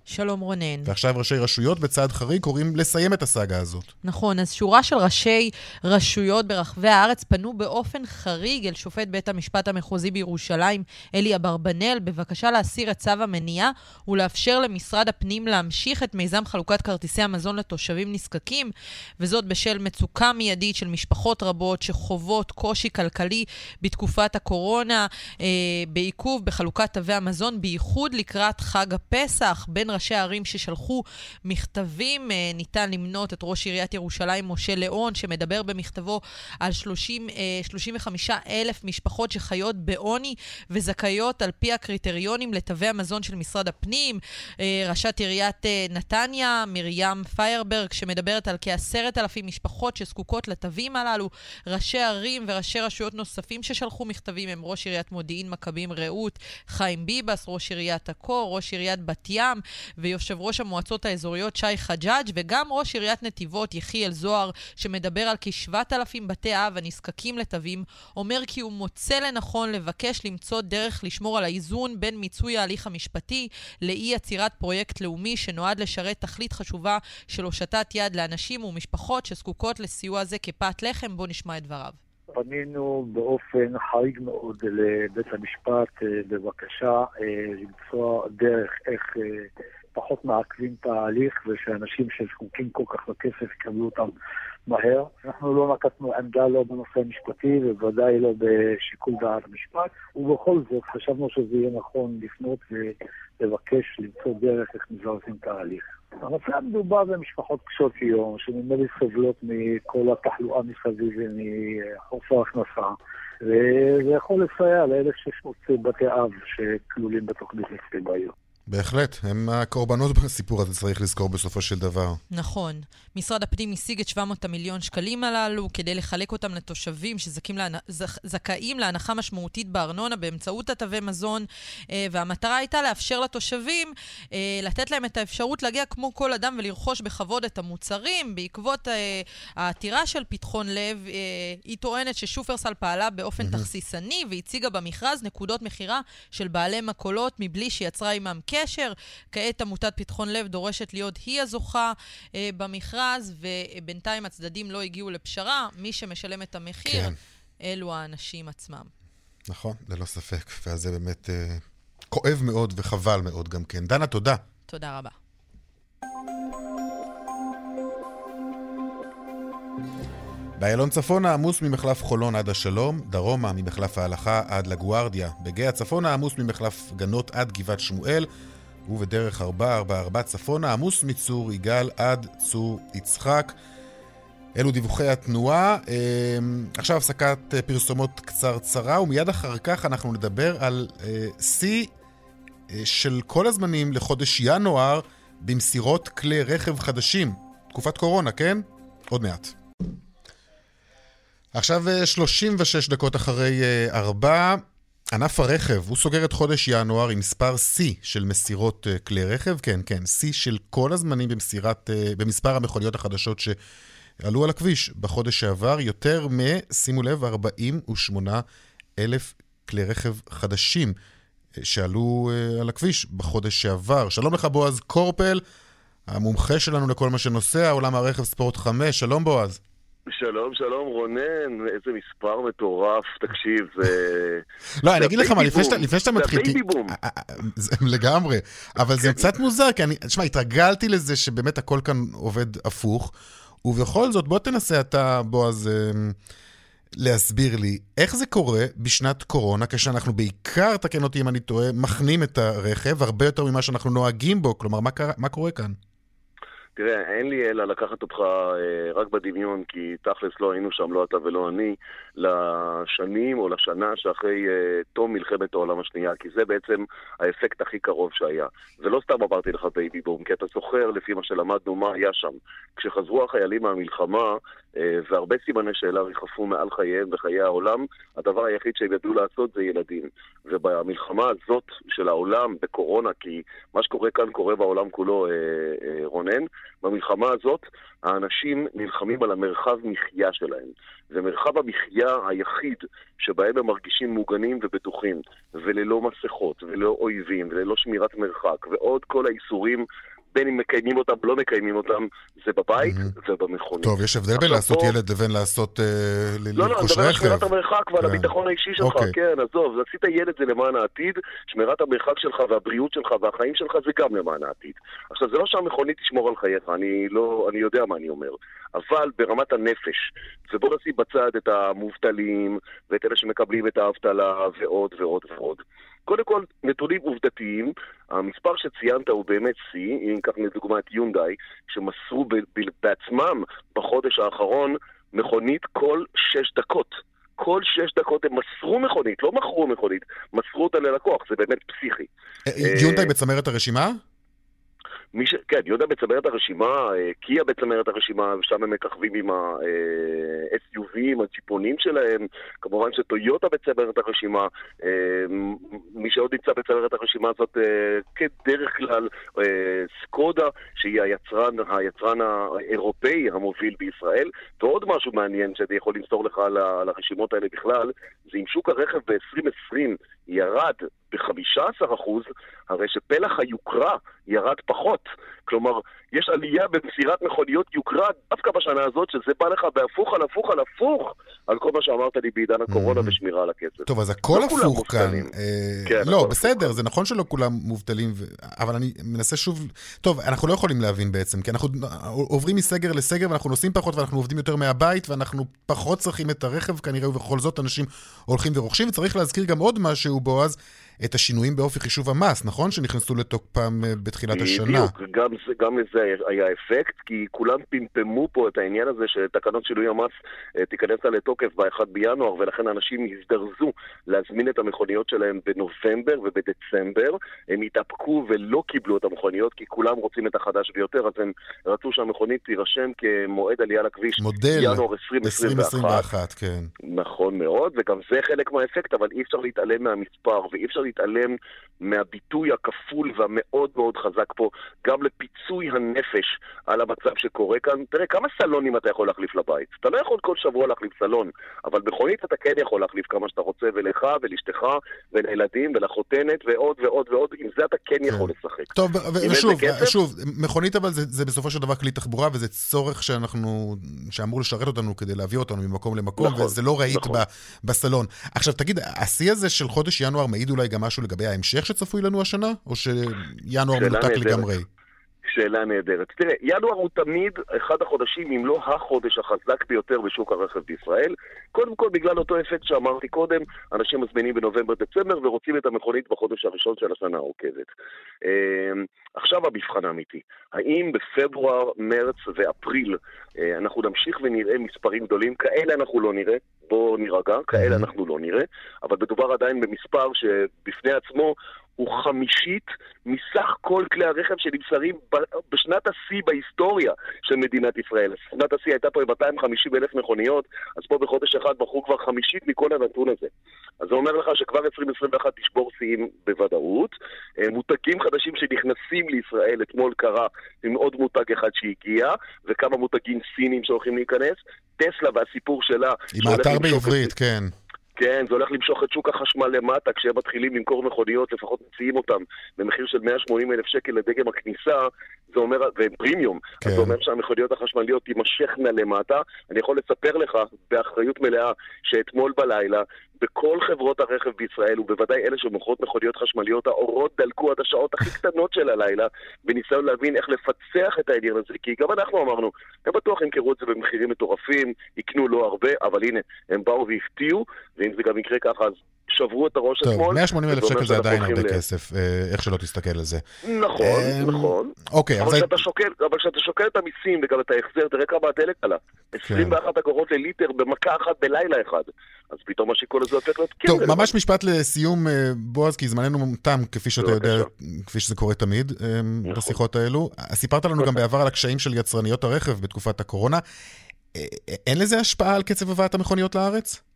שלום רונן. ועכשיו ראשי רשויות בצעד חריג קוראים לסיים את הסאגה הזאת. נכון, אז שורה של ראשי רשויות ברחבי הארץ פנו באופן חריג אל שופט בית המשפט המחוזי בירושלים, אלי אברבנאל, בבקשה להסיר את צו המניעה ולאפשר למשרד הפנים להמשיך את מיזם חלוקת כרטיסי המזון לתושבים נזקקים, וזאת בשל מצוקה מיידית של משפחות רבות שחוות קושי כלכלי בתקופת הקורונה, אה, בעיכוב בחלוקת תווי המזון, בייחוד לקראת חג הפסח. בין ראשי הערים ששלחו מכתבים, אה, ניתן למנות את ראש עיריית ירושלים משה ליאון, שמדבר במכתבו על שלושים, אה, שלושים וחמישה אלף משפחות שחיות בעוני וזכאיות על פי הקריטריונים לתווי המזון של משרד הפנים. אה, ראשת עיריית אה, נתניה, מרים פיירברג, שמדברת על כעשרת אלפים משפחות שזקוקות לתווים הללו. ראשי ערים וראשי רשויות נוספים ששלחו מכתבים הם ראש עיריית מודיעין מכבים רעות, חיים ביבס, ראש עיריית עכו, ראש עיריית בת ים ויושב ראש המועצות האזוריות שי חג'אג', וגם ראש עיריית נתיבות יחיאל זוהר, שמדבר על כשבעת אלפים בתי אב הנזקקים לתווים, אומר כי הוא מוצא לנכון לבקש למצוא דרך לשמור על האיזון בין מיצוי ההליך המשפטי לאי יצירת פרויקט לאומי שנועד לשרת תכלית חשובה של הושטת יד לאנשים ומשפחות שזקוקות לסיוע זה כפת לחם. בוא נשמע את דבריו. פנינו באופן חריג מאוד לבית המשפט בבקשה למצוא דרך איך פחות מעכבים את ההליך ושאנשים שזקוקים כל כך לכסף יקבלו אותם מהר. אנחנו לא נקטנו עמדה לא בנושא המשפטי ובוודאי לא בשיקול דעת המשפט, ובכל זאת חשבנו שזה יהיה נכון לפנות ולבקש למצוא דרך איך מזרזים את ההליך. המצב מדובר במשפחות קשות יום, שממילא סובלות מכל התחלואה מסביב ומחוסר הכנסה, וזה יכול לסייע ל-אלף ושש מאות בתי אב שכלולים בתוכנית נצפי בעיר. בהחלט, הם הקורבנות בסיפור הזה, צריך לזכור בסופו של דבר. נכון. משרד הפנים השיג את שבע מאות המיליון שקלים הללו כדי לחלק אותם לתושבים שזכאים להנחה משמעותית בארנונה באמצעות התווי מזון, והמטרה הייתה לאפשר לתושבים לתת להם את האפשרות להגיע כמו כל אדם ולרכוש בכבוד את המוצרים. בעקבות העתירה של פתחון לב, היא טוענת ששופרסל פעלה באופן תכסיסני והציגה במכרז נקודות מחירה של בעלי מקולות מבלי שיצרה עמם קשר. כעת עמותת פתחון לב דורשת להיות היא הזוכה אה, במכרז, ובינתיים הצדדים לא הגיעו לפשרה. מי שמשלם את המחיר, כן. אלו האנשים עצמם. נכון, ללא ספק. וזה באמת אה, כואב מאוד וחבל מאוד גם כן. דנה, תודה. תודה רבה. באיילון צפונה עמוס ממחלף חולון עד השלום, דרומה ממחלף ההלכה עד לגוארדיה. בגאה צפונה עמוס ממחלף גנות עד גבעת שמואל, ובדרך ארבע ארבע ארבע צפונה עמוס מצור יגאל עד צור יצחק. אלו דיווחי התנועה. עכשיו הפסקת פרסומות קצרצרה, ומיד אחר כך אנחנו נדבר על שיא של כל הזמנים לחודש ינואר במסירות כלי רכב חדשים. תקופת קורונה, כן? עוד מעט. עכשיו שלושים ושש דקות אחרי ארבע, ענף הרכב, הוא סוגר את חודש ינואר עם מספר שיא של מסירות כלי רכב, כן, כן, שיא של כל הזמנים במסירת, במספר המכוניות החדשות שעלו על הכביש בחודש שעבר, יותר מ, שימו לב, ארבעים ושמונה אלף כלי רכב חדשים שעלו על הכביש בחודש שעבר. שלום לך בועז קורפל, המומחה שלנו לכל מה שנוסע, עולם הרכב ספורט חמש, שלום בועז. שלום, שלום, רונן, איזה מספר מטורף, תקשיב, זה... לא, אני אגיד לך מה, לפני שאתה מתחיל... זה בייבי בום. לגמרי, אבל זה קצת מוזר, כי אני, תשמע, התרגלתי לזה שבאמת הכל כאן עובד הפוך, ובכל זאת, בוא תנסה אתה, בועז, להסביר לי, איך זה קורה בשנת קורונה, כשאנחנו בעיקר, תקן אותי אם אני טועה, מכנים את הרכב, הרבה יותר ממה שאנחנו נוהגים בו, כלומר, מה קורה כאן? תראה, אין לי אלא לקחת אותך אה, רק בדמיון, כי תכלס לא היינו שם, לא אתה ולא אני, לשנים או לשנה שאחרי אה, תום מלחמת העולם השנייה, כי זה בעצם האפקט הכי קרוב שהיה. ולא סתם עברתי לך בייבי בום, כי אתה זוכר לפי מה שלמדנו מה היה שם. כשחזרו החיילים מהמלחמה, אה, והרבה סימני שאלה ריחפו מעל חייהם וחיי העולם, הדבר היחיד שהם ידעו לעשות זה ילדים. ובמלחמה הזאת של העולם בקורונה, כי מה שקורה כאן קורה בעולם כולו, אה, אה, רונן, במלחמה הזאת האנשים נלחמים על המרחב מחיה שלהם. זה מרחב המחיה היחיד שבהם הם מרגישים מוגנים ובטוחים, וללא מסכות, וללא אויבים, וללא שמירת מרחק, ועוד כל האיסורים, בין אם מקיימים אותם, לא מקיימים אותם, זה בבית ובמכונית. טוב, יש הבדל בין לעשות ילד לבין לעשות לרכוש רכב. לא, לא, אני מדבר על שמירת המרחק ועל הביטחון האישי שלך, כן, עזוב, עשית ילד זה למען העתיד, שמירת המרחק שלך והבריאות שלך והחיים שלך זה גם למען העתיד. עכשיו, זה לא שהמכונית תשמור על חייך, אני לא, אני יודע מה אני אומר, אבל ברמת הנפש, ובוא נשים בצד את המובטלים ואת אלה שמקבלים את האבטלה ועוד ועוד ועוד. קודם כל, נתונים עובדתיים, המספר שציינת הוא באמת C, אם כך לדוגמה את יונדאי, שמסרו ב- ב- בעצמם בחודש האחרון מכונית כל שש דקות. כל שש דקות הם מסרו מכונית, לא מכרו מכונית, מסרו אותה ללקוח, זה באמת פסיכי. יונדאי בצמרת הרשימה? ש... כן, יונדאי בצמרת הרשימה, קיה בצמרת הרשימה, ושם הם מככבים עם ה-אס יו וי, עם הג'יפונים שלהם, כמובן שטויוטה בצמרת הרשימה, מי שעוד נמצא בצמרת הרשימה הזאת כדרך כלל סקודה, שהיא היצרן, היצרן האירופאי המוביל בישראל, ועוד משהו מעניין שאני יכול למסור לך על הרשימות האלה בכלל, זה עם שוק הרכב ב-עשרים עשרים ירד ב-חמישה עשר אחוז, הרי שפלח היוקרה ירד פחות. כלומר, יש עלייה במסירת מכוניות יוקרה דווקא בשנה הזאת, שזה בא לך בהפוך על הפוך על הפוך על כל מה שאמרת לי בעידן הקורונה ושמירה על הכסף. טוב, אז הכל הפוך כאן. לא, בסדר, זה נכון שלא כולם מובטלים, אבל אני מנסה שוב... טוב, אנחנו לא יכולים להבין בעצם, כי אנחנו עוברים מסגר לסגר, ואנחנו נוסעים פחות, ואנחנו עובדים יותר מהבית, ואנחנו פחות צריכים את הרכב, כנראה, ובכל זאת אנשים הולכים ורוכשים, וצריך להזכיר גם עוד משהו, בועז, את השינויים באופי חישוב המס, נכון? שנכנסו לתוקפם בתחילת השנה. בדיוק, גם, גם לזה היה אפקט, כי כולם פמפמו פה את העניין הזה שתקנות שינוי המס תיכנסה לתוקף ב-אחד בינואר, ולכן אנשים הזדרזו להזמין את המכוניות שלהם בנובמבר ובדצמבר. הם התאפקו ולא קיבלו את המכוניות, כי כולם רוצים את החדש ביותר, אז הם רצו שהמכונית תירשם כמועד עלייה לכביש. מודל ינואר עשרים עשרים ואחת. כן. נכון מאוד, וגם זה חלק מהאפקט, אבל אי אפשר להתעלם מהמספר, ואי אפשר להתעלם מהביטוי הכפול והמאוד מאוד חזק פה, גם לפיצוי הנפש על המצב שקורה כאן. תראה, כמה סלונים אתה יכול להחליף לבית? אתה לא יכול כל שבוע להחליף סלון, אבל מכונית אתה כן יכול להחליף כמה שאתה רוצה, ולך ולאשתך ולילדים ולחותנת ועוד ועוד ועוד, עם זה אתה כן יכול לשחק. טוב, ושוב, שוב, מכונית אבל זה, זה בסופו של דבר כלי תחבורה, וזה צורך שאנחנו, שאמור לשרת אותנו כדי להביא אותנו ממקום למקום, נכון, וזה לא ראית נכון. ב, בסלון. עכשיו תגיד, השיא הזה של חודש ינואר מעיד אולי גם משהו לגבי ההמשך שצפוי לנו השנה, או שינואר מנותק לגמרי? שאלה נהדרת. תראה, ינואר הוא תמיד אחד החודשים, אם לא החודש החזק ביותר בשוק הרכב בישראל. קודם כל, בגלל אותו אפקט שאמרתי קודם, אנשים מזמינים בנובמבר-דצמבר ורוצים את המכונית בחודש הראשון של השנה העוקבת. עכשיו המבחן האמיתי. האם בפברואר, מרץ ואפריל אנחנו נמשיך ונראה מספרים גדולים? כאלה אנחנו לא נראה. בואו נירגע, כאלה אנחנו לא נראה. אבל מדובר עדיין במספר שבפני עצמו הוא חמישית מסך כל כלי הרכב שנמסרים בשנת השיא בהיסטוריה של מדינת ישראל. שנת השיא הייתה פה עם מאתיים וחמישים אלף מכוניות, אז פה בחודש אחד בחרו כבר חמישית מכל הנתון הזה. אז זה אומר לך שכבר עשרים עשרים ואחת תשבור שיאים בוודאות. מותגים חדשים שנכנסים לישראל, אתמול קרה עם עוד מותג אחד שהגיע, וכמה מותגים סינים שהולכים להיכנס. טסלה והסיפור שלה... עם האתר בעברית, כן. כן, זה הולך למשוך את שוק החשמל למטה, כשהם מתחילים למכור מכוניות, לפחות מציעים אותם במחיר של מאה ושמונים אלף שקל לדגם הכניסה, זה אומר, והם פרימיום, כן. אז זה אומר שהמכוניות החשמליות תימשכנה למטה. אני יכול לספר לך באחריות מלאה שאתמול בלילה, בכל חברות הרכב בישראל, ובוודאי אלה שמוכרות מכוניות חשמליות, האורות דלקו עד השעות הכי קטנות של הלילה, בניסיון להבין איך לפצח את העניין הזה, כי גם אנחנו אמרנו, הם בטוח ימכרו את זה במחירים מטורפים, יקנו לא הרבה, אבל הנה, הם באו והפתיעו, ואם זה גם יקרה ככה, אז שברו את הראש אתמול. טוב, מאה ושמונים אלף שקל זה עדיין הרבה כסף, איך שלא תסתכל על זה. נכון, נכון. אוקיי, אבל כשאתה שוקל את המיסים וגם את ההחזר, תראה כמה הדלק עלה. עשרים ואחת אגורות לליטר במכה אחת בלילה אחד. אז פתאום השיקול הזה הופך להיות כן. טוב, ממש משפט לסיום, בועז, כי זמננו תם, כפי שאתה יודע, כפי שזה קורה תמיד בשיחות האלו. סיפרת לנו גם בעבר על הקשיים של יצרניות הרכב בתקופת הקורונה. אין לזה השפעה על קצב הבאת המכוניות לארץ?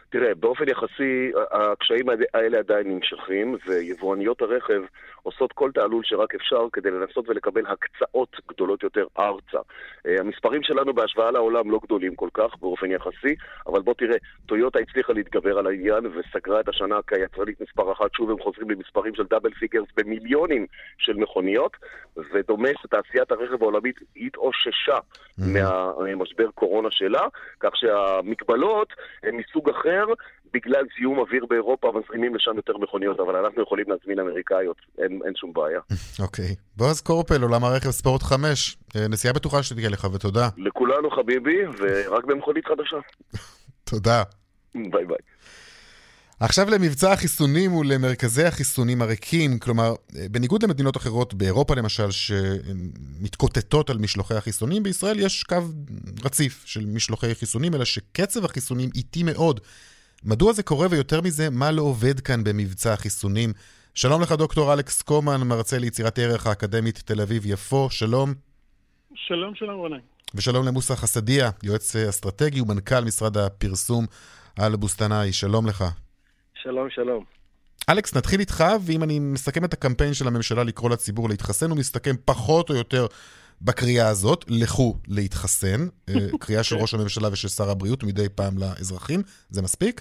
תראה, באופן יחסי, הקשיים האלה עדיין נמשכים, ויבואניות הרכב עושות כל תעלול שרק אפשר כדי לנסות ולקבל הקצאות גדולות יותר ארצה. המספרים שלנו בהשוואה לעולם לא גדולים כל כך באופן יחסי, אבל בוא תראה, טויוטה הצליחה להתגבר על העניין וסגרה את השנה כיצרנית מספר אחת, שוב הם חוזרים למספרים של דאבל פיגרס במיליונים של מכוניות, ודומה שתעשיית הרכב העולמית התאוששה mm-hmm. מהמשבר קורונה שלה, כך שהמגבלות הן מסוג אחר, בגלל זיהום אוויר באירופה מזרימים לשם יותר מכוניות, אבל אנחנו יכולים להזמין אמריקאיות, אין, אין שום בעיה. אוקיי. בועז קורפל, עולם הרכב ספורט חמש. נסיעה בטוחה שתגיע לך, ותודה. לכולנו חביבי, ורק במכונית חדשה. תודה. ביי ביי. עכשיו למבצע החיסונים ולמרכזי החיסונים הריקים, כלומר, בניגוד למדינות אחרות באירופה למשל, שמתקוטטות על משלוחי החיסונים, בישראל יש קו רציף של משלוחי חיסונים, אלא שקצב החיסונים איטי מאוד. מדוע זה קורה, ויותר מזה, מה לא עובד כאן במבצע החיסונים? שלום לך דוקטור אלכס קומן, מרצה ליצירת ערך האקדמית תל אביב יפו, שלום. שלום, שלום רונן. ושלום למוסא חסדיה, יועץ אסטרטגי ומנכ"ל משרד הפרסום על בוסתנאי, שלום לך. שלום, שלום. אלכס, נתחיל איתך, ואם אני מסכם את הקמפיין של הממשלה לקרוא לציבור להתחסן, הוא מסתכם פחות או יותר בקריאה הזאת, לכו להתחסן, קריאה של ראש הממשלה ושל שר הבריאות מדי פעם לאזרחים, זה מספיק?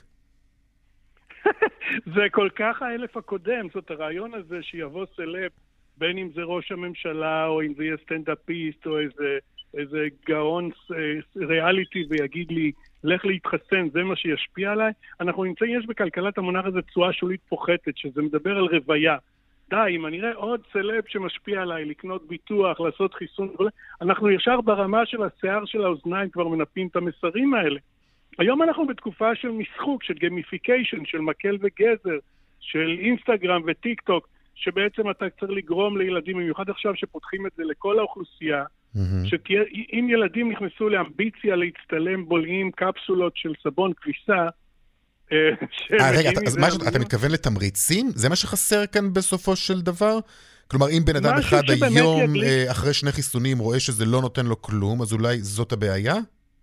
זה כל כך האלף הקודם, זאת הרעיון הזה שיבוא סלב, בין אם זה ראש הממשלה, או אם זה יהיה סטנדאפיסט, או איזה, איזה גאון ריאליטי, ויגיד לי, לך להתחסן, זה מה שישפיע עליי. אנחנו נמצאים, יש בכלכלת המונח הזה תשואה שולית פוחתת, שזה מדבר על רוויה. די, אם אני אראה עוד סלב שמשפיע עליי, לקנות ביטוח, לעשות חיסון, אנחנו ישר ברמה של השיער של האוזניים כבר מנפים את המסרים האלה. היום אנחנו בתקופה של משחוק, של גמיפיקיישן, של מקל וגזר, של אינסטגרם וטיק טוק, שבעצם אתה צריך לגרום לילדים, במיוחד עכשיו שפותחים את זה לכל האוכלוסייה, שתהיה, אם ילדים נכנסו לאמביציה להצטלם בולעים קפסולות של סבון כביסה, רגע, אתה מתכוון לתמריצים? זה מה שחסר כאן בסופו של דבר? כלומר, אם בן אדם אחד היום אחרי שני חיסונים רואה שזה לא נותן לו כלום, אז אולי זאת הבעיה?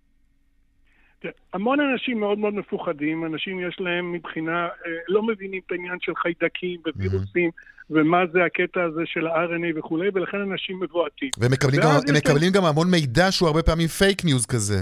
המון אנשים מאוד מאוד מפוחדים, אנשים יש להם מבחינה, לא מבינים את העניין של חיידקים ווירוסים, ומה זה הקטע הזה של ה-אר אן איי וכו', ולכן אנשים מבועטים. והם מקבלים גם המון מידע שהוא הרבה פעמים פייק ניוז כזה.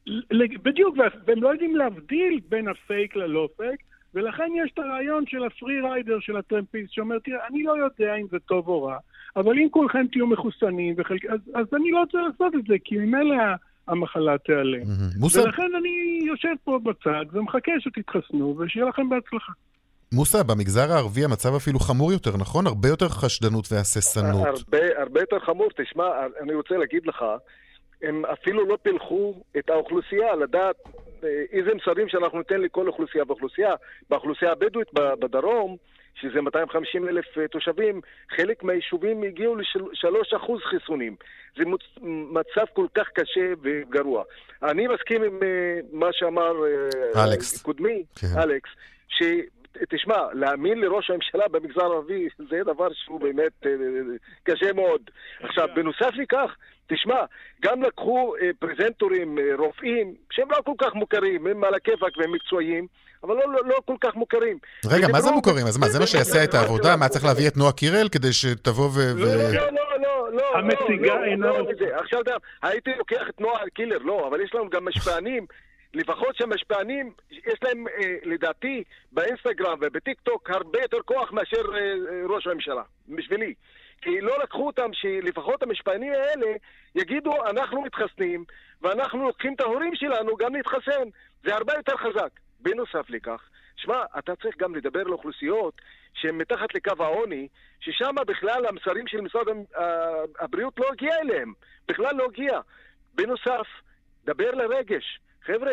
בדיוק, והם לא יודעים להבדיל בין הפייק ללא פייק, ולכן יש את הרעיון של הפרי ריידר של הטרמפיסט, שאומר, תראה, אני לא יודע אם זה טוב או רע, אבל אם כולכם תהיו מחוסנים, וחלק... אז, אז אני לא רוצה לעשות את זה, כי ממילא המחלה תיעלם. Mm-hmm. ולכן אני יושב פה בצד ומחכה שתתחסנו, ושיהיה לכם בהצלחה. מוסא, במגזר הערבי המצב אפילו חמור יותר, נכון? הרבה יותר חשדנות והססנות. הרבה, הרבה יותר חמור. תשמע, אני רוצה להגיד לך, הם אפילו לא פילחו את האוכלוסייה, לדעת איזה מסרים שאנחנו ניתן לכל אוכלוסייה באוכלוסייה. באוכלוסייה הבדואית בדרום, שזה מאתיים וחמישים אלף תושבים, חלק מהיישובים הגיעו ל-שלושה אחוז חיסונים. זה מצב כל כך קשה וגרוע. אני מסכים עם מה שאמר אלכס. קודמי, אלכס, ש... תשמע, להאמין לראש הממשלה במגזר הערבי זה דבר שהוא באמת קשה מאוד. עכשיו, בנוסף לכך, תשמע, גם לקחו פרזנטורים, רופאים, שהם לא כל כך מוכרים, הם על הכיפק והם מקצועיים, אבל לא, לא, לא כל כך מוכרים. רגע, מה זה מוכרים? אז מה, זה מה שיעשה את העבודה? מה, צריך להביא את נועה קירל כדי שתבוא ו... לא, לא, לא, לא. המציגה אינה... עכשיו, הייתי לוקח את נועה קילר, לא, אבל יש לנו גם משפענים, לפחות שהמשפענים, יש להם, אה, לדעתי, באינסטגרם ובטיק טוק הרבה יותר כוח מאשר אה, ראש הממשלה, בשבילי. כי לא לקחו אותם שלפחות המשפענים האלה יגידו, אנחנו מתחסנים, ואנחנו לוקחים את ההורים שלנו גם להתחסן. זה הרבה יותר חזק. בנוסף לכך, שמע, אתה צריך גם לדבר לאוכלוסיות שהן מתחת לקו העוני, ששם בכלל המסרים של משרד הבריאות לא הגיע אליהם. בכלל לא הגיע. בנוסף, דבר לרגש. חבר'ה,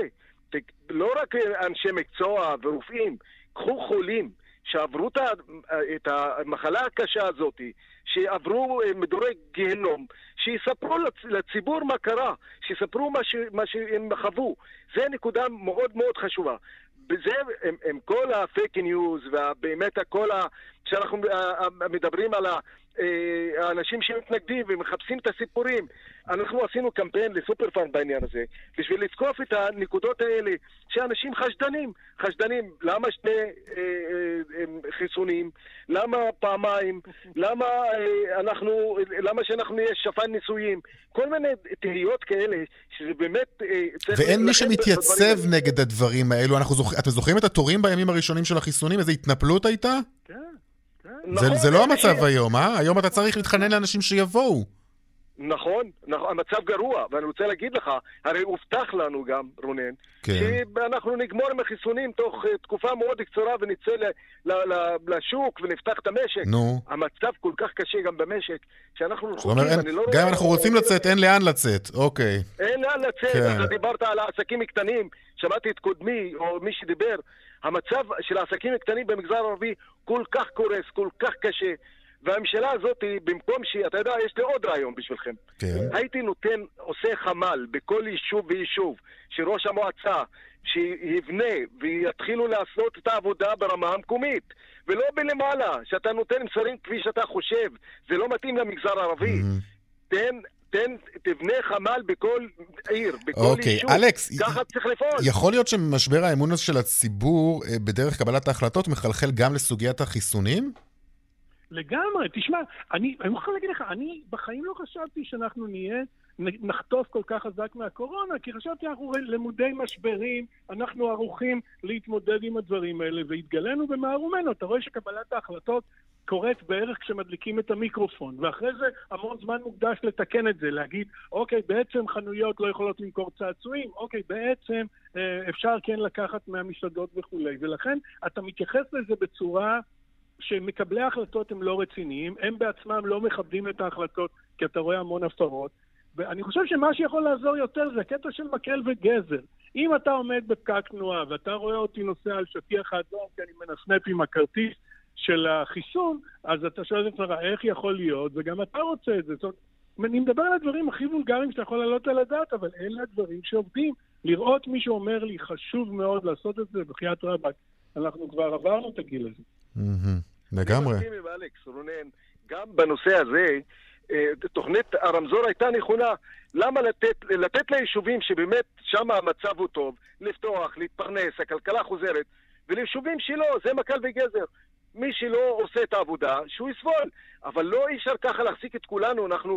לא רק אנשי מקצוע ורופאים, קחו חולים שעברו את המחלה הקשה הזאת, שעברו מדורי גיהנום, שיספרו לציבור מה קרה, שיספרו מה, ש, מה שהם חוו. זה נקודה מאוד מאוד חשובה. בזה, עם, עם כל הפייק ניוז, ובאמת כל שאנחנו מדברים על האנשים שמתנגדים ומחפשים את הסיפורים. אנחנו עשינו קמפיין לסופר פארם בעניין הזה, בשביל לתקוף את הנקודות האלה, שאנשים חשדנים, חשדנים, למה שני אה, אה, חיסונים, למה פעמיים, למה אה, אנחנו, למה שאנחנו נהיה שפן ניסויים, כל מיני תהיות כאלה, שזה באמת... אה, ואין מי שמתייצב נגד הדברים האלו, אנחנו זוכ... אתם זוכרים את התורים בימים הראשונים של החיסונים, איזו התנפלות הייתה? כן, כן. זה, זה לא המצב היום, אה? היום אתה צריך להתחנן לאנשים שיבואו. נכון, נכון, המצב גרוע, ואני רוצה להגיד לך, הרי הובטח לנו גם, רונן, כן. שאנחנו נגמור עם החיסונים תוך uh, תקופה מאוד קצרה ונצא ל- ל- ל- לשוק ונפתח את המשק. נו. המצב כל כך קשה גם במשק, שאנחנו רחוקים, אומר, אין, אני לא... גם אם אנחנו רוצים לצאת, אין לאן לצאת, אוקיי. אין לאן לצאת, כן. אתה דיברת על העסקים הקטנים, שמעתי את קודמי, או מי שדיבר, המצב של העסקים הקטנים במגזר הערבי כל כך קורס, כל כך קשה, והממשלה הזאת, במקום שהיא, אתה יודע, יש לי עוד רעיון בשבילכם. כן. הייתי נותן, עושה חמ"ל בכל יישוב ויישוב, שראש המועצה, שיבנה ויתחילו לעשות את העבודה ברמה המקומית, ולא בלמעלה, שאתה נותן מסרים כפי שאתה חושב, זה לא מתאים למגזר הערבי. Mm-hmm. תן, תן, תבנה חמ"ל בכל עיר, בכל אוקיי, יישוב. אלכס, ככה צריך לפעול. יכול להיות שמשבר האמון של הציבור בדרך קבלת ההחלטות מחלחל גם לסוגיית החיסונים? לגמרי, תשמע, אני, אני יכול להגיד לך, אני בחיים לא חשבתי שאנחנו נהיה, נחטוף כל כך חזק מהקורונה, כי חשבתי אנחנו למודי משברים, אנחנו ערוכים להתמודד עם הדברים האלה, והתגלנו במערומנו, אתה רואה שקבלת ההחלטות קורית בערך כשמדליקים את המיקרופון, ואחרי זה המון זמן מוקדש לתקן את זה, להגיד, אוקיי, בעצם חנויות לא יכולות למכור צעצועים, אוקיי, בעצם אה, אפשר כן לקחת מהמסעדות וכולי, ולכן אתה מתייחס לזה בצורה... שמקבלי ההחלטות הם לא רציניים, הם בעצמם לא מכבדים את ההחלטות, כי אתה רואה המון הפרות, ואני חושב שמה שיכול לעזור יותר זה הקטע של מקל וגזר. אם אתה עומד בפקק תנועה, ואתה רואה אותי נוסע על שטיח האדום, כי אני מנסנף עם הכרטיס של החיסון, אז אתה שואל את עצמך, איך יכול להיות, וגם אתה רוצה את זה. זאת אומרת, אני מדבר על הדברים הכי וולגריים שאתה יכול לעלות על הדעת, אבל אלה הדברים שעובדים. לראות מישהו אומר לי, חשוב מאוד לעשות את זה, בחיית רבק. אנחנו כבר עברנו את הגיל הזה. לגמרי. אני מסכים עם אלכס, רונן, גם בנושא הזה, תוכנית הרמזור הייתה נכונה. למה לתת, לתת ליישובים שבאמת שם המצב הוא טוב, לפתוח, להתפרנס, הכלכלה חוזרת, וליישובים שלא, זה מקל וגזר. מי שלא עושה את העבודה, שהוא יסבול. אבל לא אי אפשר ככה להחזיק את כולנו, אנחנו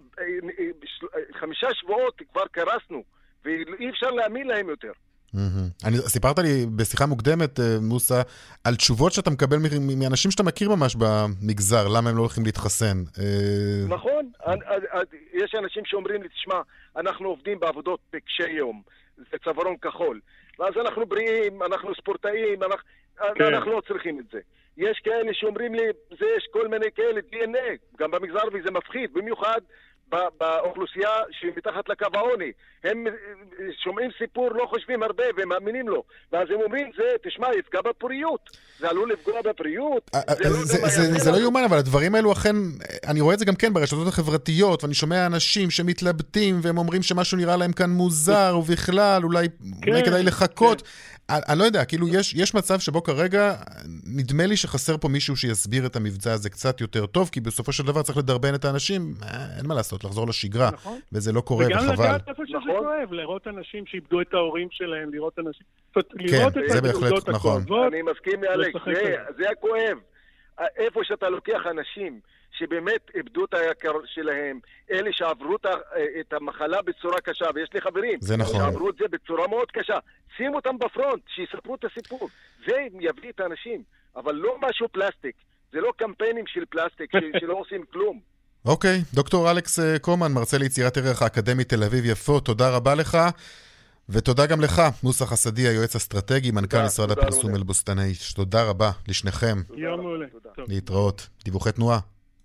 חמישה שבועות כבר קרסנו, ואי אפשר להאמין להם יותר. אני, סיפרת לי בשיחה מוקדמת, מוסה, על תשובות שאתה מקבל מאנשים שאתה מכיר ממש במגזר, למה הם לא הולכים להתחסן. נכון, יש אנשים שאומרים לי, תשמע, אנחנו עובדים בעבודות בקשי יום, זה צווארון כחול, ואז אנחנו בריאים, אנחנו ספורטאים, אנחנו לא צריכים את זה. יש כאלה שאומרים לי, זה יש כל מיני כאלה, די אן איי, גם במגזר הערבי זה מפחיד, במיוחד באוכלוסייה שמתחת לקו העוני. הם שומעים סיפור, לא חושבים הרבה והם מאמינים לו. ואז הם אומרים, זה, תשמע, יפגע בפוריות. זה עלול לפגוע בפוריות. זה לא יאומן, אבל הדברים האלו אכן, אני רואה את זה גם כן ברשתות החברתיות, ואני שומע אנשים שמתלבטים, והם אומרים שמשהו נראה להם כאן מוזר, ובכלל, אולי כדאי לחכות. אני לא יודע, כאילו יש, יש מצב שבו כרגע נדמה לי שחסר פה מישהו שיסביר את המבצע הזה קצת יותר טוב, כי בסופו של דבר צריך לדרבן את האנשים, אין מה לעשות, לחזור לשגרה, נכון. וזה לא קורה וחבל. וגם לדעת איפה שזה נכון. כואב, לראות אנשים שאיבדו את ההורים שלהם, לראות אנשים... כן, זה בהחלט נכון. אני מסכים מאלכס, זה, זה הכואב. איפה שאתה לוקח אנשים שבאמת איבדו את היקר שלהם, אלה שעברו את המחלה בצורה קשה, ויש לי חברים נכון. שעברו את זה בצורה מאוד קשה, שימו אותם בפרונט, שיספרו את הסיפור, זה יביא את האנשים, אבל לא משהו פלסטיק, זה לא קמפיינים של פלסטיק שלא עושים כלום. אוקיי, דוקטור אלכס קומן, מרצה ליצירת ערך האקדמית תל אביב יפו, תודה רבה לך, ותודה גם לך, מוסה חסדי, היועץ אסטרטגי, מנכ"ל משרד הפרסום אל-בוסתן איש. תודה רבה לשניכם. יום מעולה. להתראות. דיווחי תנועה.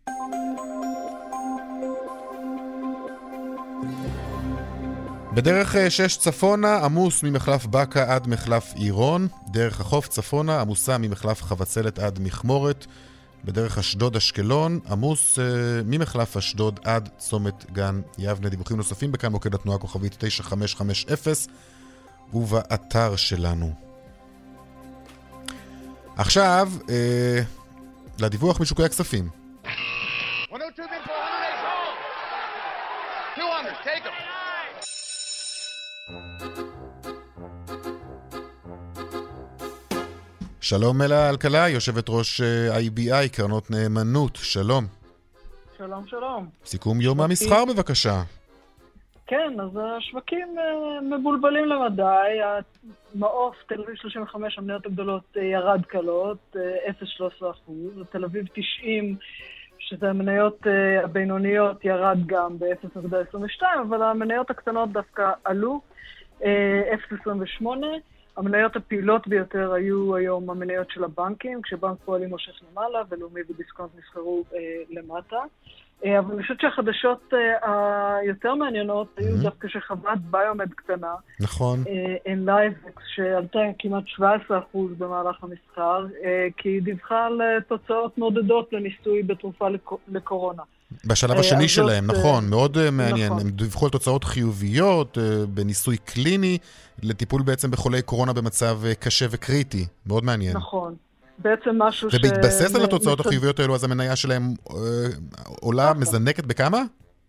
בדרך שש צפונה עמוס ממחלף בקה עד מחלף עירון, דרך החוף צפונה עמוסה ממחלף חבצלת עד מכמורת, בדרך אשדוד אשקלון עמוס uh, ממחלף אשדוד עד צומת גן יבנה. דיווחים נוספים בכאן מוקד התנועה כוכבית תשע חמש חמש אפס ובאתר שלנו. עכשיו uh, לדיווח משוקי הכספים. שלום אלה אלקלעי, יושבת ראש איי בי איי, קרנות נאמנות, שלום. שלום, שלום. סיכום יום המסחר בבקשה. כן, אז השווקים מבולבלים למדי, המעוף תל אביב שלושים וחמש, המניות הגדולות ירד קלות, אפס נקודה שלוש עשרה אחוז, תל אביב תשעים, שזה המניות הבינוניות, ירד גם ב-אפס נקודה עשרים ושתיים, אבל המניות הקטנות דווקא עלו, אפס נקודה עשרים ושמונה, המניות הפעילות ביותר היו היום המניות של הבנקים, כשבנק פועלים מושך למעלה ולאומי ודיסקונט נסחרו אה, למטה. אה, אבל אני חושבת שהחדשות אה, היותר מעניינות היו mm-hmm. דווקא שחברת ביומד קטנה. נכון. אנלייבקס, אה, שעלתה כמעט שבע עשרה אחוז במהלך המסחר, אה, כי היא דיווחה על תוצאות מעודדות לניסוי בתרופה לקו, לקורונה. בשלב השני שלהם, נכון, מאוד מעניין. הם דיווחו על תוצאות חיוביות בניסוי קליני לטיפול בעצם בחולי קורונה במצב קשה וקריטי. מאוד מעניין. נכון. בעצם משהו ש... ובהתבסס על התוצאות החיוביות האלו, אז המניה שלהם עולה, מזנקת בכמה?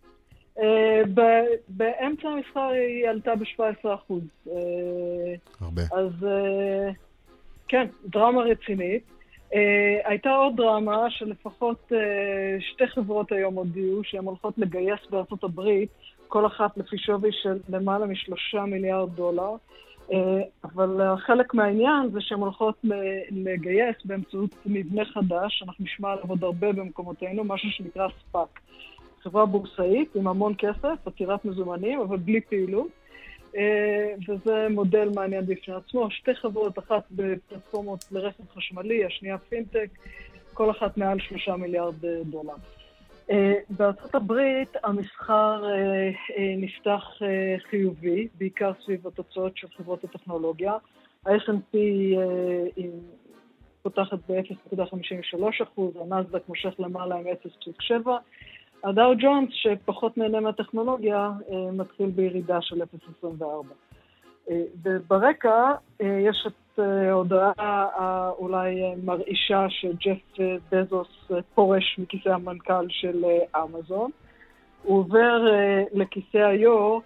באמצע המסחר היא עלתה ב-שבע עשרה אחוז. הרבה. אז כן, דרמה רצינית. Uh, הייתה עוד דרמה שלפחות uh, שתי חברות היום הודיעו שהן הולכות לגייס בארצות הברית, כל אחת לפי שווי של למעלה משלושה מיליארד דולר, uh, אבל uh, חלק מהעניין זה שהן הולכות לגייס באמצעות מבנה חדש, אנחנו נשמע עליו עוד הרבה במקומותינו, משהו שנקרא ספאק. חברה בורסאית עם המון כסף, עתירת מזומנים, אבל בלי פעילות. וזה מודל מעניין בפני עצמו. שתי חברות, אחת בפלטפורמות לרכב חשמלי, השנייה פינטק, כל אחת מעל שלושה מיליארד דולר. בארצות הברית המסחר נפתח חיובי, בעיקר סביב התוצאות של חברות הטכנולוגיה. ה-אס אנד פי פותחת ב-אפס נקודה חמישים ושלוש אחוז, הנאסד"ק מושך למעלה עם אפס נקודה שבע. הדאו ג'ונס, שפחות נהנה מהטכנולוגיה, מתחיל בירידה של אפס נקודה עשרים וארבע. וברקע יש את הודעה אולי מרעישה שג'ף בזוס פורש מכיסא המנכ"ל של אמזון. הוא עובר לכיסא היו"ר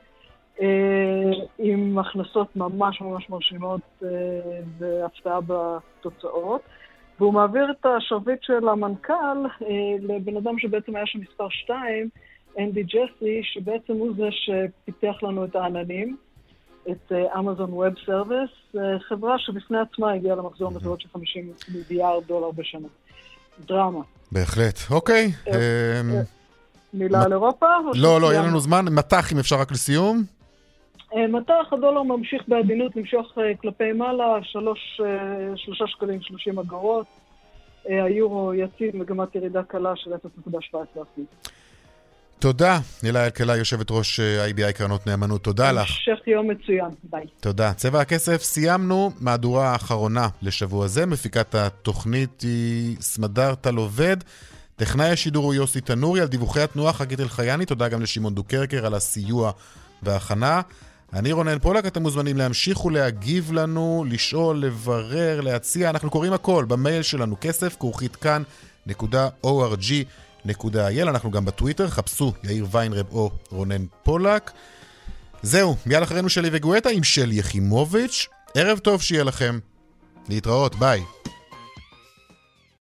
עם הכנסות ממש ממש מרשימות והפתעה בתוצאות. והוא מעביר את השרביט של המנכ"ל לבן אדם שבעצם היה שם מספר שתיים, אנדי ג'סי, שבעצם הוא זה שפיתח לנו את העננים, את אמזון ווב סרוויס, חברה שבפני עצמה הגיעה למחזור מכירות של חמישים מיליארד דולר בשנה. דרמה. בהחלט. אוקיי. מילה על אירופה? לא, לא, אין לנו זמן. מתח, אם אפשר רק לסיום. מתח, הדולר ממשיך בעדינות למשוך כלפי מעלה, שלוש, שלושה שקלים שלושים אגורות. היורו יציב מגמת ירידה קלה של אפס נקודה שבע עשרה אחוז. תודה. אלה אלקלעי, יושבת ראש איי בי איי קרנות נאמנות. תודה לך. המשך יום מצוין. ביי. תודה. צבע הכסף, סיימנו. מהדורה האחרונה לשבוע זה. מפיקת התוכנית היא סמדר טל עובד. טכנאי השידור הוא יוסי תנורי. על דיווחי התנועה חגית אלחייני. תודה גם לשמעון דוקרקר על הסיוע וההכנה. אני רונן פולק, אתם מוזמנים להמשיך ולהגיב לנו, לשאול, לברר, להציע. אנחנו קוראים הכל במייל שלנו, כסף, כרוכית כאן, נקודה או אר ג'י נקודה איי אל. אנחנו גם בטוויטר, חפשו יאיר ויינרב או רונן פולק. זהו, מיד אחרינו שלי וגואטה עם שלי יחימוביץ'. ערב טוב שיהיה לכם. להתראות, ביי.